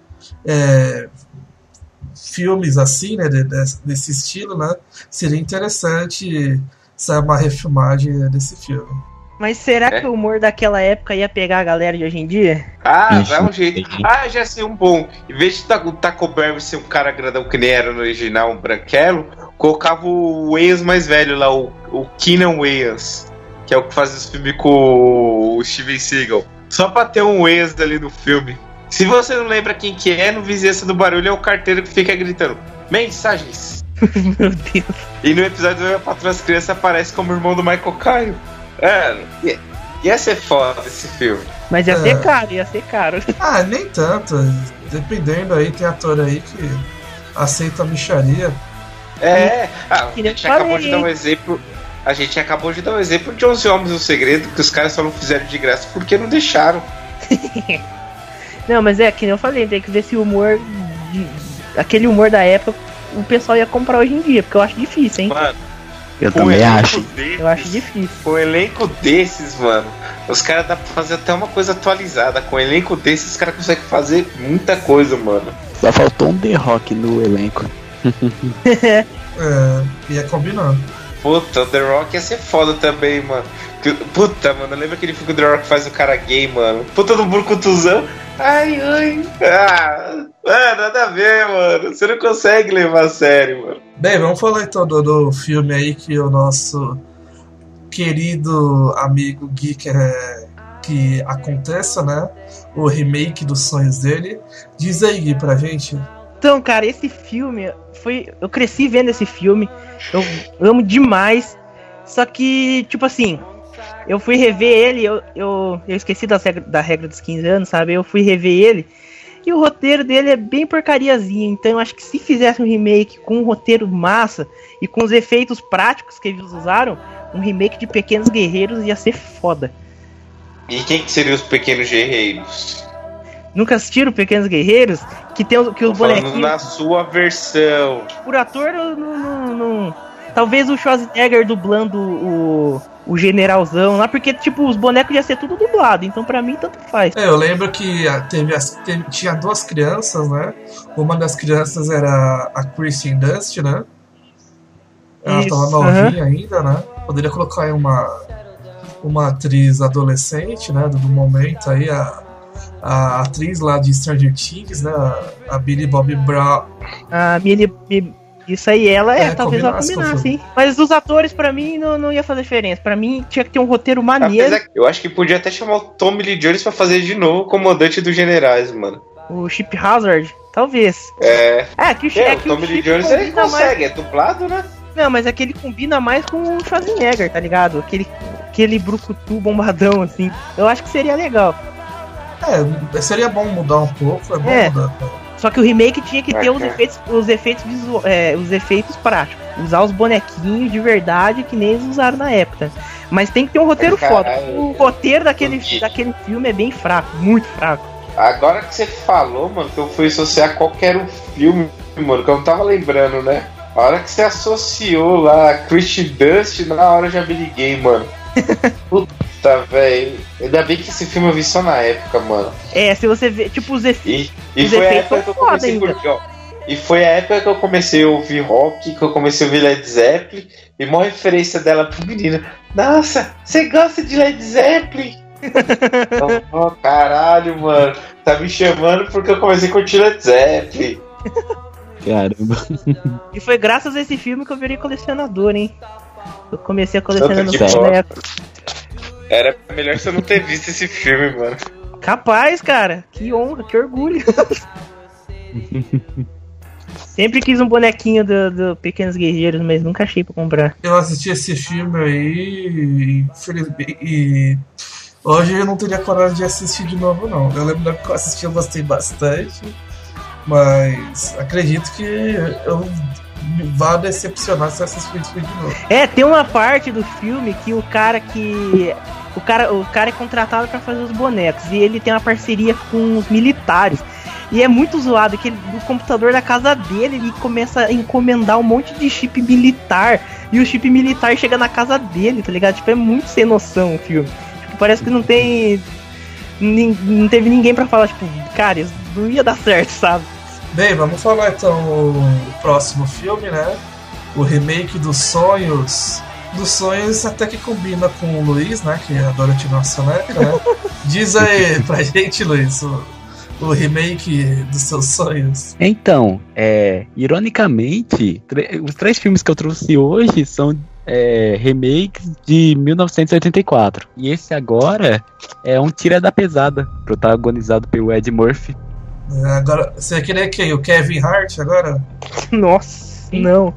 é, filmes assim, né, de, de, desse estilo, né? Seria interessante sair uma refilmagem desse filme. Mas será É. que o humor daquela época ia pegar a galera de hoje em dia? Ah, dá um jeito. Ah, já sei um bom. Em vez de o Taco Bell ser um cara grandão que nem era no original, um branquelo, colocava o Wayans mais velho lá, o, o Keenan Wayans, que é o que faz os filmes com o Steven Seagal. Só pra ter um Wayans ali no filme. Se você não lembra quem que é, no Vizinhança do Barulho é o carteiro que fica gritando: mensagens. Meu Deus. E no episódio do A Patroa das Crianças aparece como irmão do Michael Caio. É, ia, ia ser foda esse filme. Mas ia É. ser caro, ia ser caro. Ah, nem tanto. Dependendo aí, tem ator aí que aceita a micharia. É, ah, a Que nem gente eu acabou falei. de dar um exemplo. A gente acabou de dar um exemplo de onze Homens no Segredo, que os caras só não fizeram de graça porque não deixaram. Não, mas é que nem eu falei, tem que ver se o humor. De, aquele humor da época o pessoal ia comprar hoje em dia, porque eu acho difícil, hein? Mano, Eu com um também elenco acho. desses, Eu acho difícil. com um elenco desses, mano, os caras dá pra fazer até uma coisa atualizada. Com um elenco desses, os caras conseguem fazer muita coisa, mano. Só faltou um The Rock no elenco. É, ia combinar. Puta, o The Rock ia ser foda também, mano. Que- Puta, mano, lembra aquele filme que o The Rock faz o cara gay, mano? Puta do burcutuzão. Ai, ai. Ah, ah, nada a ver, mano. Você não consegue levar a sério, mano. Bem, vamos falar então do, do filme aí que o nosso querido amigo Gui quer que aconteça, né? O remake dos sonhos dele. Diz aí, Gui, pra gente. Então, cara, esse filme foi. Eu cresci vendo esse filme. Eu amo demais. Só que, tipo assim, eu fui rever ele, eu, eu, eu esqueci das regra, da regra dos quinze anos, sabe? Eu fui rever ele. E o roteiro dele é bem porcariazinho. Então eu acho que se fizesse um remake com um roteiro massa e com os efeitos práticos que eles usaram, um remake de Pequenos Guerreiros ia ser foda. E quem que seriam os pequenos guerreiros? Nunca assistiram Pequenos Guerreiros? Que tem os, que os Tô falando bonequinhos. na sua versão. Por ator, eu não, não, não- talvez o Schwarzenegger dublando o, o generalzão lá, porque tipo, os bonecos ia ser tudo dublado, então pra mim tanto faz. É, eu lembro que ah, teve as, teve- tinha duas crianças, né? Uma das crianças era a Kristen Dunst, né? Ela Isso, tava novinha ainda, né? Poderia colocar aí uma, uma atriz adolescente, né? Do, do momento aí, a, a atriz lá de Stranger Things, né? A, a Billy Bob Brown. A Millie, Mi- isso aí, ela é, É, talvez ela combinasse com o combinasse, filme. hein? Mas os atores, pra mim, não, não ia fazer diferença. Pra mim, tinha que ter um roteiro maneiro. Apesar que eu acho que podia até chamar o Tommy Lee Jones pra fazer de novo o comandante dos generais, mano. O Chip Hazard, talvez. É. É, que o, É, é o que o Tommy Lee Chip Jones ele combina mais. consegue, é dublado, né? Não, mas é que ele combina mais com o Schwarzenegger, tá ligado? Aquele, aquele brucutu bombadão, assim. Eu acho que seria legal. É, seria bom mudar um pouco, é bom É. mudar. Só que o remake tinha que ter É, os é. efeitos, os efeitos visual, é, os efeitos práticos. Usar os bonequinhos de verdade que nem eles usaram na época. Mas tem que ter um roteiro foda. Caralho. O roteiro daquele, Porque- daquele filme é bem fraco, muito fraco. Agora que você falou, mano, que eu fui associar qualquer um filme, mano, que eu não tava lembrando, né? A hora que você associou lá Christian Dust, na hora eu já me liguei, mano. Puta, velho. Ainda bem que esse filme eu vi só na época, mano. É, se você vê, tipo, os efeitos. E, e Os foi a efeitos época que eu são foda comecei a ainda. curtir, ó. E foi a época que eu comecei a ouvir rock, que eu comecei a ouvir Led Zeppelin, e maior referência dela pro menino. Nossa, você gosta de Led Zeppelin? Oh, caralho, mano. Tá me chamando porque eu comecei a curtir Led Zeppelin. Caramba. E foi graças a esse filme que eu virei colecionador, hein? Eu comecei a colecionar Tanto no de boneco. Era melhor você não ter visto esse filme, mano. Capaz, cara. Que honra, que orgulho. Sempre quis um bonequinho do, do Pequenos Guerreiros, mas nunca achei pra comprar. Eu assisti esse filme aí, infelizmente, e hoje eu não teria coragem de assistir de novo, não. Eu lembro que eu assisti, eu gostei bastante, mas acredito que eu vá decepcionar se eu assistir esse filme de novo. É, tem uma parte do filme que o cara que... O cara, o cara é contratado pra fazer os bonecos e ele tem uma parceria com os militares. E é muito zoado que ele, do computador da casa dele ele começa a encomendar um monte de chip militar. E o chip militar chega na casa dele, tá ligado? Tipo, é muito sem noção o filme. Tipo, parece que não tem... nin- Não teve ninguém pra falar, tipo, cara, isso não ia dar certo, sabe? Bem, vamos falar então o próximo filme, né? O remake dos Sonhos. Dos Sonhos até que combina com o Luiz, né? Que adora tirar uma soneca, né? Diz aí pra gente, Luiz, o, o remake dos seus sonhos. Então, é, ironicamente, tre- os três filmes que eu trouxe hoje são é, remakes de mil novecentos e oitenta e quatro. E esse agora é um Tira da Pesada, protagonizado pelo Ed Murphy. É, agora, você vai querer quem? O Kevin Hart agora? Nossa, não.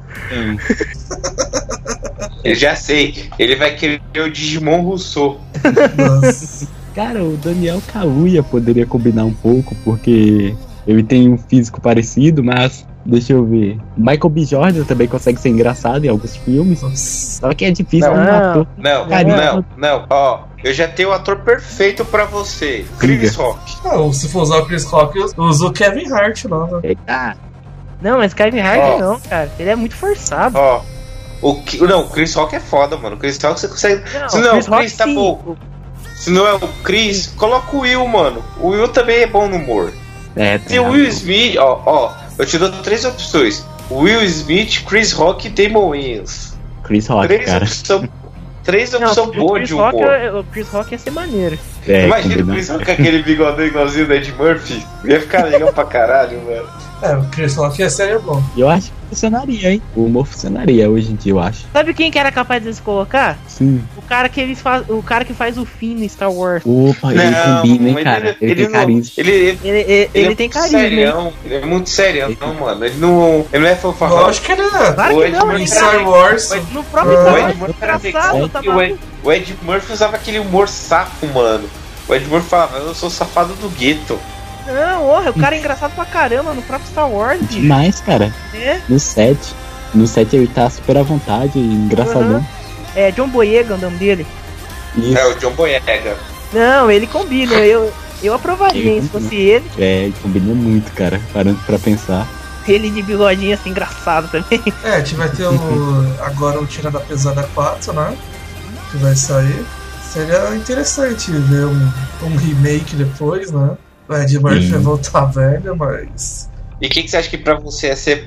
Eu já sei, ele vai querer o Digimon Rousseau. Nossa. Cara, o Daniel Kaluuya poderia combinar um pouco, porque ele tem um físico parecido, mas deixa eu ver. Michael B. Jordan também consegue ser engraçado em alguns filmes, Nossa. só que é difícil Não. um ator. Não, Carinha. não, não. Ó, eu já tenho o ator perfeito pra você. Chris Diga. Rock. Não, se for usar o Chris Rock, usa o Kevin Hart lá, né? Eita, Não, mas Kevin Hart Ó. não, cara. Ele é muito forçado. Ó. O que, não, o Chris Rock é foda, mano. O Chris Rock você consegue. Não, Se não, Chris o Chris Rock, tá sim. bom. Se não é o Chris, coloca o Will, mano. O Will também é bom no humor. é, Tem o Will Smith, ó, ó. Eu te dou três opções: Will Smith, Chris Rock e Damon Wayans. Chris Rock, Três cara. opções. Três Não, opções o boas Chris de Rock, humor. é- o Chris Rock ia ser maneiro. É, Imagina o combina. Chris Rock com aquele bigodão igualzinho do Ed Murphy. Ia ficar legal pra caralho, mano. É, o Chris Rock ia ser bom. Eu acho que funcionaria, hein? O humor funcionaria hoje em dia, eu acho. Sabe quem que era capaz de eles colocar? Sim. O cara que eles faz, o cara que faz o Finn no Star Wars. Opa, ele combina, hein, cara? Ele, tem não- carisma. Ele, ele, Ele, ele, ele ele é tem muito carisma, hein? serião, ele é muito serião, não, mano. Ele não, ele não é fofarrão. Lógico que ele é. Claro O que Ed não, Murphy ele Em era- Star Wars. No próprio Ah. Star O Wars Ed Murphy é era engraçado, legal, tá que o Ed, maluco? o Ed Murphy usava aquele humor safo, mano. O Ed Murphy falava, eu sou safado do gueto. Não, orra, o cara é engraçado pra caramba no próprio Star Wars, bicho. Demais, cara. É, No set. No set ele tá super à vontade, engraçadão. é John Boyega o nome dele. Isso. É, o John Boyega. Não, ele combina, eu, eu aprovaria, hein, se fosse ele. É, ele combina muito, cara. Parando pra pensar. Ele de bigodinho assim, engraçado também. É, a gente vai ter o, agora o Tira da Pesada quatro, né? Que vai sair. Seria interessante ver um, um remake depois, né? O Ed Murphy Sim. vai voltar velho, mas. E o que, que você acha que pra você ia ser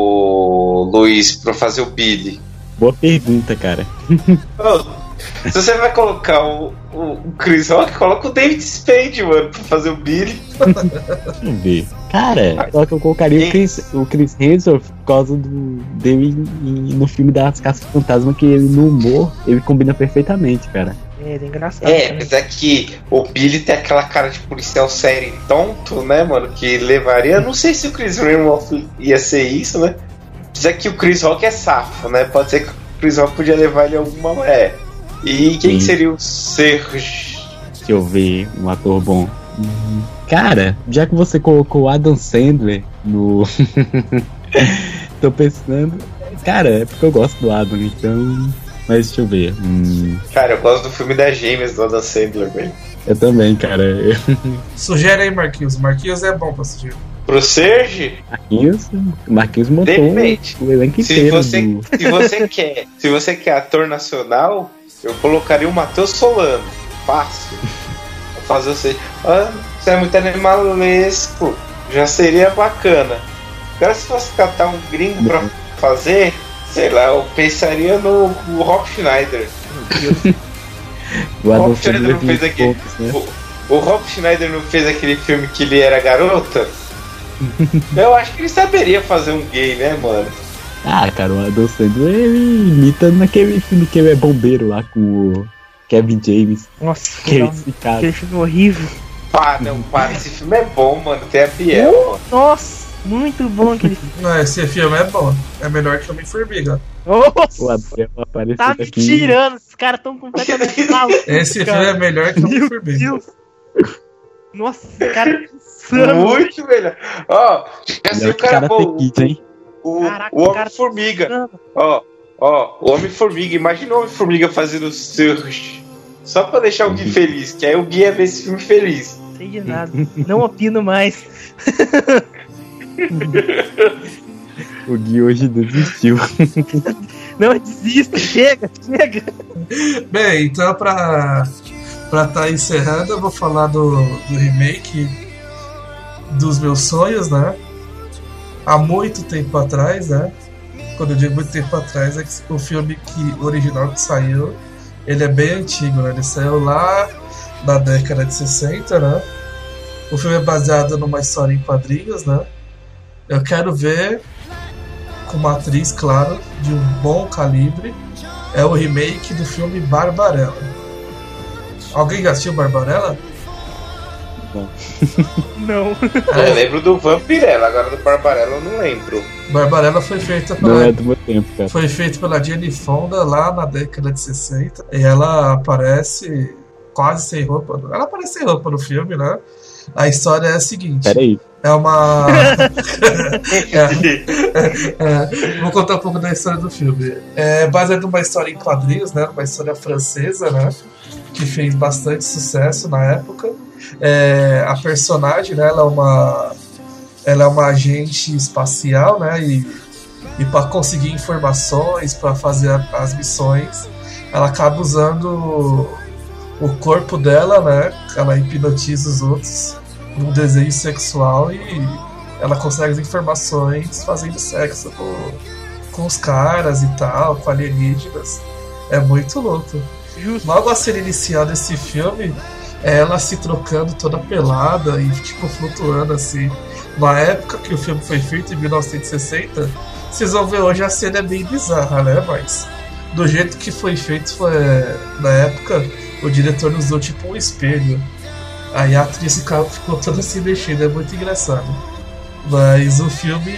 bom, Luiz, pra fazer o Billy? Boa pergunta, cara. Ô, se você vai colocar o, o, o Chris Rock, coloca o David Spade, mano, pra fazer o Billy. Deixa eu ver. Cara, só que eu colocaria o Chris, o Chris Hemsworth por causa do, dele em- no filme das Caças Fantasma, que ele no humor, ele combina perfeitamente, cara. É, ele é engraçado. É, né? mas é que o Billy tem aquela cara de policial sério e tonto, né, mano? Que levaria. Eu não sei se o Chris Randolph ia ser isso, né? Apesar que o Chris Rock é safo, né? Pode ser que o Chris Rock podia levar ele a alguma. É. E quem Sim. que seria o Serge? Deixa eu ver um ator bom. Cara, já que você colocou o Adam Sandler no... Tô pensando... Cara, é porque eu gosto do Adam, então... Mas deixa eu ver. Hum... Cara, eu gosto do filme das gêmeas do Adam Sandler, velho. Eu também, cara. Sugere aí, Marquinhos. Marquinhos é bom pra sugerir. Pro Serge? Marquinhos, Marquinhos montou Depende. o elenco Se inteiro. você, do... se você quer, se você quer ator nacional, eu colocaria o Matheus Solano. Fácil. Vou fazer você. Ah, você é muito animalesco. Já seria bacana. Agora, se fosse catar um gringo pra fazer, sei lá, eu pensaria no, no Rob Schneider. O, o Rob Schneider não fez aquele. Pontos, né? o, o Rob Schneider não fez aquele filme que ele era garota? Eu acho que ele saberia fazer um gay, né, mano? Ah, cara, o Adam Sandler ele imita naquele filme que ele é bombeiro lá com o Kevin James. Nossa, que não, esse cara. aquele filme horrível. Pá, não, para, esse filme é bom, mano. Tem a Biel, uh, mano. Nossa, muito bom aquele filme. Não, esse filme é bom. É melhor que Homem-Formiga. Nossa! O Abel apareceu tá me aqui. tirando, esses caras tão completamente malucos. Esse filme é melhor que Homem-Formiga. Nossa, esse cara é insano. Muito melhor. Ó, já sei o cara bom. O, Caraca, o Homem-Formiga. Ó, ó, o Homem-Formiga. Imagina o Homem-Formiga fazendo surge. Só pra deixar o Gui feliz, que aí o Gui ia ver esse filme feliz. Não sei de nada. Não opino mais. O Gui hoje desistiu. Não, desista, chega, chega. Bem, então pra pra tá encerrando, eu vou falar do, do remake dos meus sonhos, né? Há muito tempo atrás, né? Quando eu digo muito tempo atrás, é que o filme que, o original que saiu, ele é bem antigo, né? Ele saiu lá na década de sessenta, né? O filme é baseado numa história em quadrinhos, né? Eu quero ver com uma atriz, claro, de um bom calibre. É o remake do filme Barbarella. Alguém já assistiu Barbarella? Não. Não. Eu lembro do Vampirella, agora do Barbarella eu não lembro. Barbarella foi feita pela, não é do meu tempo, cara. Foi feita pela Jane Fonda lá na década de sessenta. E ela aparece quase sem roupa. Ela aparece sem roupa no filme, né? A história é a seguinte. Peraí. É uma. é, é, é, vou contar um pouco da história do filme. É baseado numa história em quadrinhos, né? Uma história francesa, né? Que fez bastante sucesso na época. É, a personagem, né? Ela é uma. Ela é uma agente espacial, né? E, e para conseguir informações, para fazer a, as missões, ela acaba usando o corpo dela, né? Ela hipnotiza os outros num desejo sexual e ela consegue as informações fazendo sexo com, com os caras e tal, com alienígenas. É muito louco. Logo a ser iniciado esse filme, é ela se trocando toda pelada e tipo flutuando assim. Na época que o filme foi feito, em mil novecentos e sessenta, vocês vão ver hoje a cena é bem bizarra, né? Mas do jeito que foi feito, foi, na época, o diretor usou tipo um espelho. Aí a atriz ficou, ficou toda assim mexendo, é muito engraçado. Mas o filme,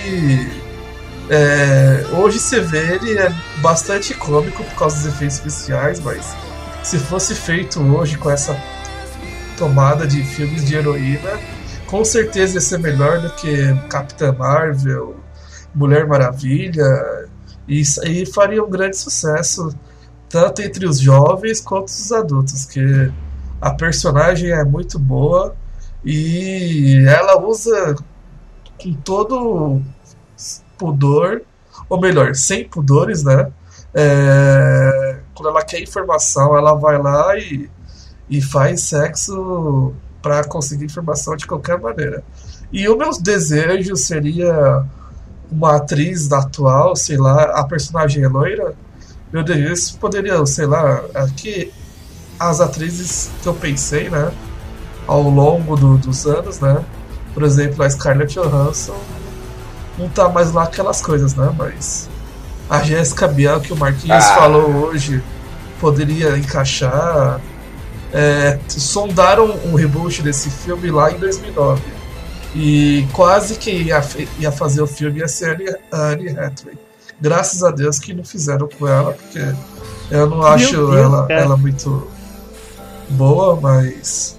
é, hoje você vê, ele é bastante cômico por causa dos efeitos especiais, mas se fosse feito hoje com essa tomada de filmes de heroína, com certeza ia ser melhor do que Capitã Marvel, Mulher Maravilha, e, e faria um grande sucesso tanto entre os jovens quanto os adultos, que a personagem é muito boa e ela usa com todo pudor, ou melhor, sem pudores, né? É, quando ela quer informação, ela vai lá e, e faz sexo para conseguir informação de qualquer maneira. E o meu desejo seria uma atriz atual, sei lá, a personagem é loira. Meu desejo poderia, sei lá, aqui as atrizes que eu pensei, né, ao longo do, dos anos, né, por exemplo, a Scarlett Johansson não tá mais lá aquelas coisas, né, mas a Jessica Biel, que o Marquinhos ah. falou hoje, poderia encaixar. É, sondaram um reboot desse filme lá em dois mil e nove e quase que ia, ia fazer o filme ia ser a Anne Hathaway. Graças a Deus que não fizeram com ela, porque eu não acho Deus, ela, ela muito boa, mas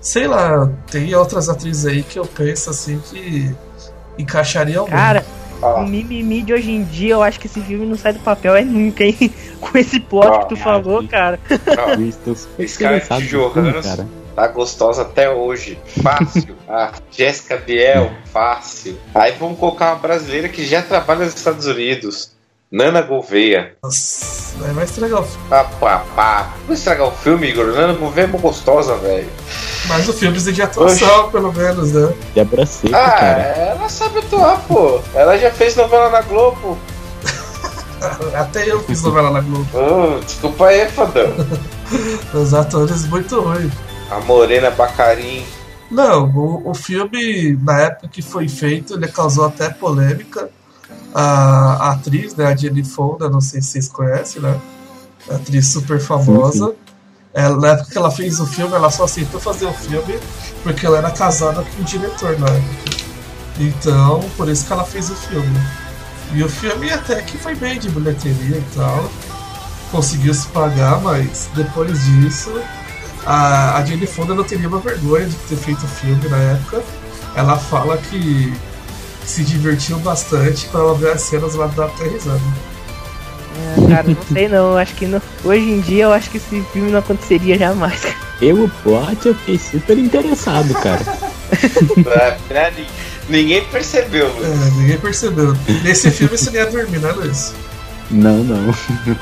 Sei lá, tem outras atrizes aí que eu penso assim que encaixariam bem. Cara, o mimimi de hoje em dia, eu acho que esse filme não sai do papel é nunca, hein? Com esse plot Ah, que tu falou, cara. Scarlett Johansson tá gostosa até hoje. Fácil. A Jessica Biel, fácil. Aí vamos colocar uma brasileira que já trabalha nos Estados Unidos. Nana Gouveia. Nossa, aí vai estragar o filme. Ah, pá, pá. Vai estragar o filme, Igor? Nana Gouveia é uma gostosa, velho. Mas o filme precisa de atuação, Oxi. Pelo menos, né? Débora Seco, ah, cara. Ela sabe atuar, pô. Ela já fez novela na Globo. Até eu fiz novela na Globo. Oh, desculpa aí, fodão. Os atores muito ruins. A Morena Bacarin. Não, o, o filme, na época que foi feito, ele causou até polêmica. A, a atriz, né, a Jane Fonda, não sei se vocês conhecem, né? A atriz super famosa. Sim, sim. Ela, na época que ela fez o filme, ela só aceitou fazer o filme porque ela era casada com o diretor na época. Então, por isso que ela fez o filme. E o filme até que foi bem de bilheteria e tal. Conseguiu se pagar, mas depois disso, a, a Jane Fonda não teria uma vergonha de ter feito o filme na época. Ela fala que se divertiu bastante para ela ver as cenas lá da até risada. É, cara, não sei não, acho que não. Hoje em dia eu acho que esse filme não aconteceria jamais. Eu, o plot, eu fiquei super interessado, cara. é, ninguém percebeu, Luiz. É, ninguém percebeu. Nesse filme você nem ia dormir, né, Luiz? Não, não.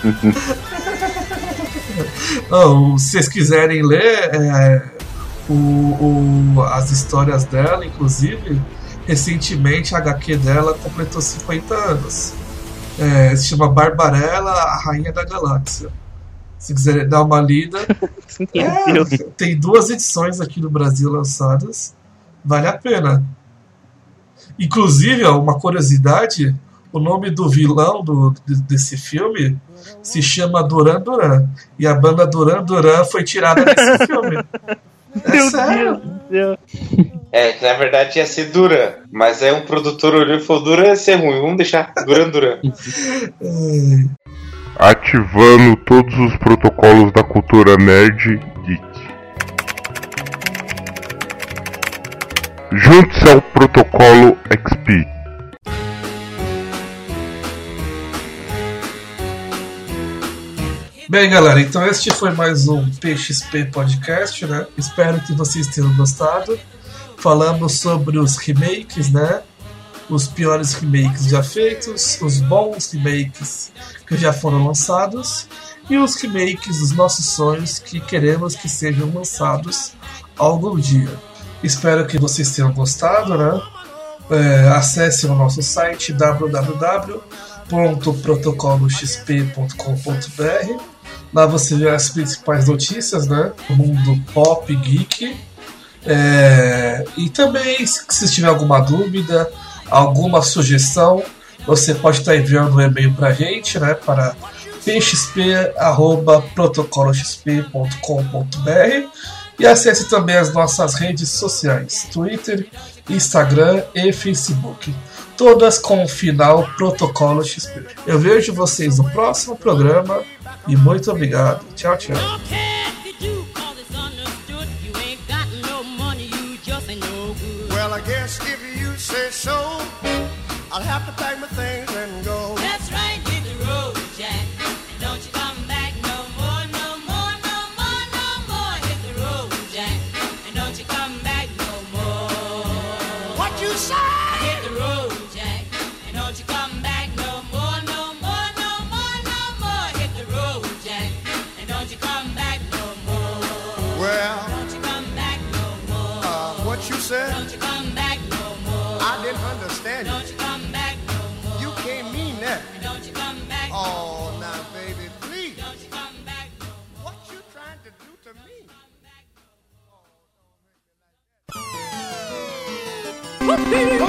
oh, se vocês quiserem ler é, o, o, as histórias dela, inclusive, recentemente a H Q dela completou cinquenta anos. É, se chama Barbarella, a Rainha da Galáxia. Se quiser dar uma lida. é, tem duas edições aqui no Brasil lançadas. Vale a pena. Inclusive, ó, uma curiosidade: o nome do vilão do, desse filme se chama Duran Duran. E a banda Duran Duran foi tirada desse filme. É Meu sério. Deus. É, na verdade ia ser Duran, mas aí um produtor olhou e falou: Duran ia ser ruim, vamos deixar Duran Duran. Ativando todos os protocolos da cultura nerd geek. Junte-se ao protocolo X P. Bem, galera, então este foi mais um P X P Podcast, né? Espero que vocês tenham gostado. Falamos sobre os remakes, né? Os piores remakes já feitos, os bons remakes que já foram lançados e os remakes dos nossos sonhos que queremos que sejam lançados algum dia. Espero que vocês tenham gostado, né? É, acesse o nosso site w w w ponto protocolo x p ponto com ponto b r. Lá você vê as principais notícias, né? Do mundo pop, geek. É, e também, se tiver alguma dúvida, alguma sugestão, você pode estar enviando um e-mail para a gente, né? Para p x p arroba protocolo x p ponto com ponto b r. E acesse também as nossas redes sociais, Twitter, Instagram e Facebook. Todas com o final Protocolo X P. Eu vejo vocês no próximo programa e muito obrigado. Tchau, tchau. Well, I guess if you say so, I'll have to pack my things and go. That's right, hit the road, Jack. And don't you come back no more, no more, no more, no more. Hit the road, Jack. And don't you come back no more. What you say? Hit the road, Jack. And don't you come back no more, no more, no more, no more. Hit the road, Jack. And don't you come back no more. Well, don't you come back no more. Uh, what you said? Don't you come back no more. I didn't understand you. Don't you come back no more. You can't mean that. Don't you come back. Oh, now, baby, please. Don't you come back no more. What you trying to do to me? Oh, don't make it like that.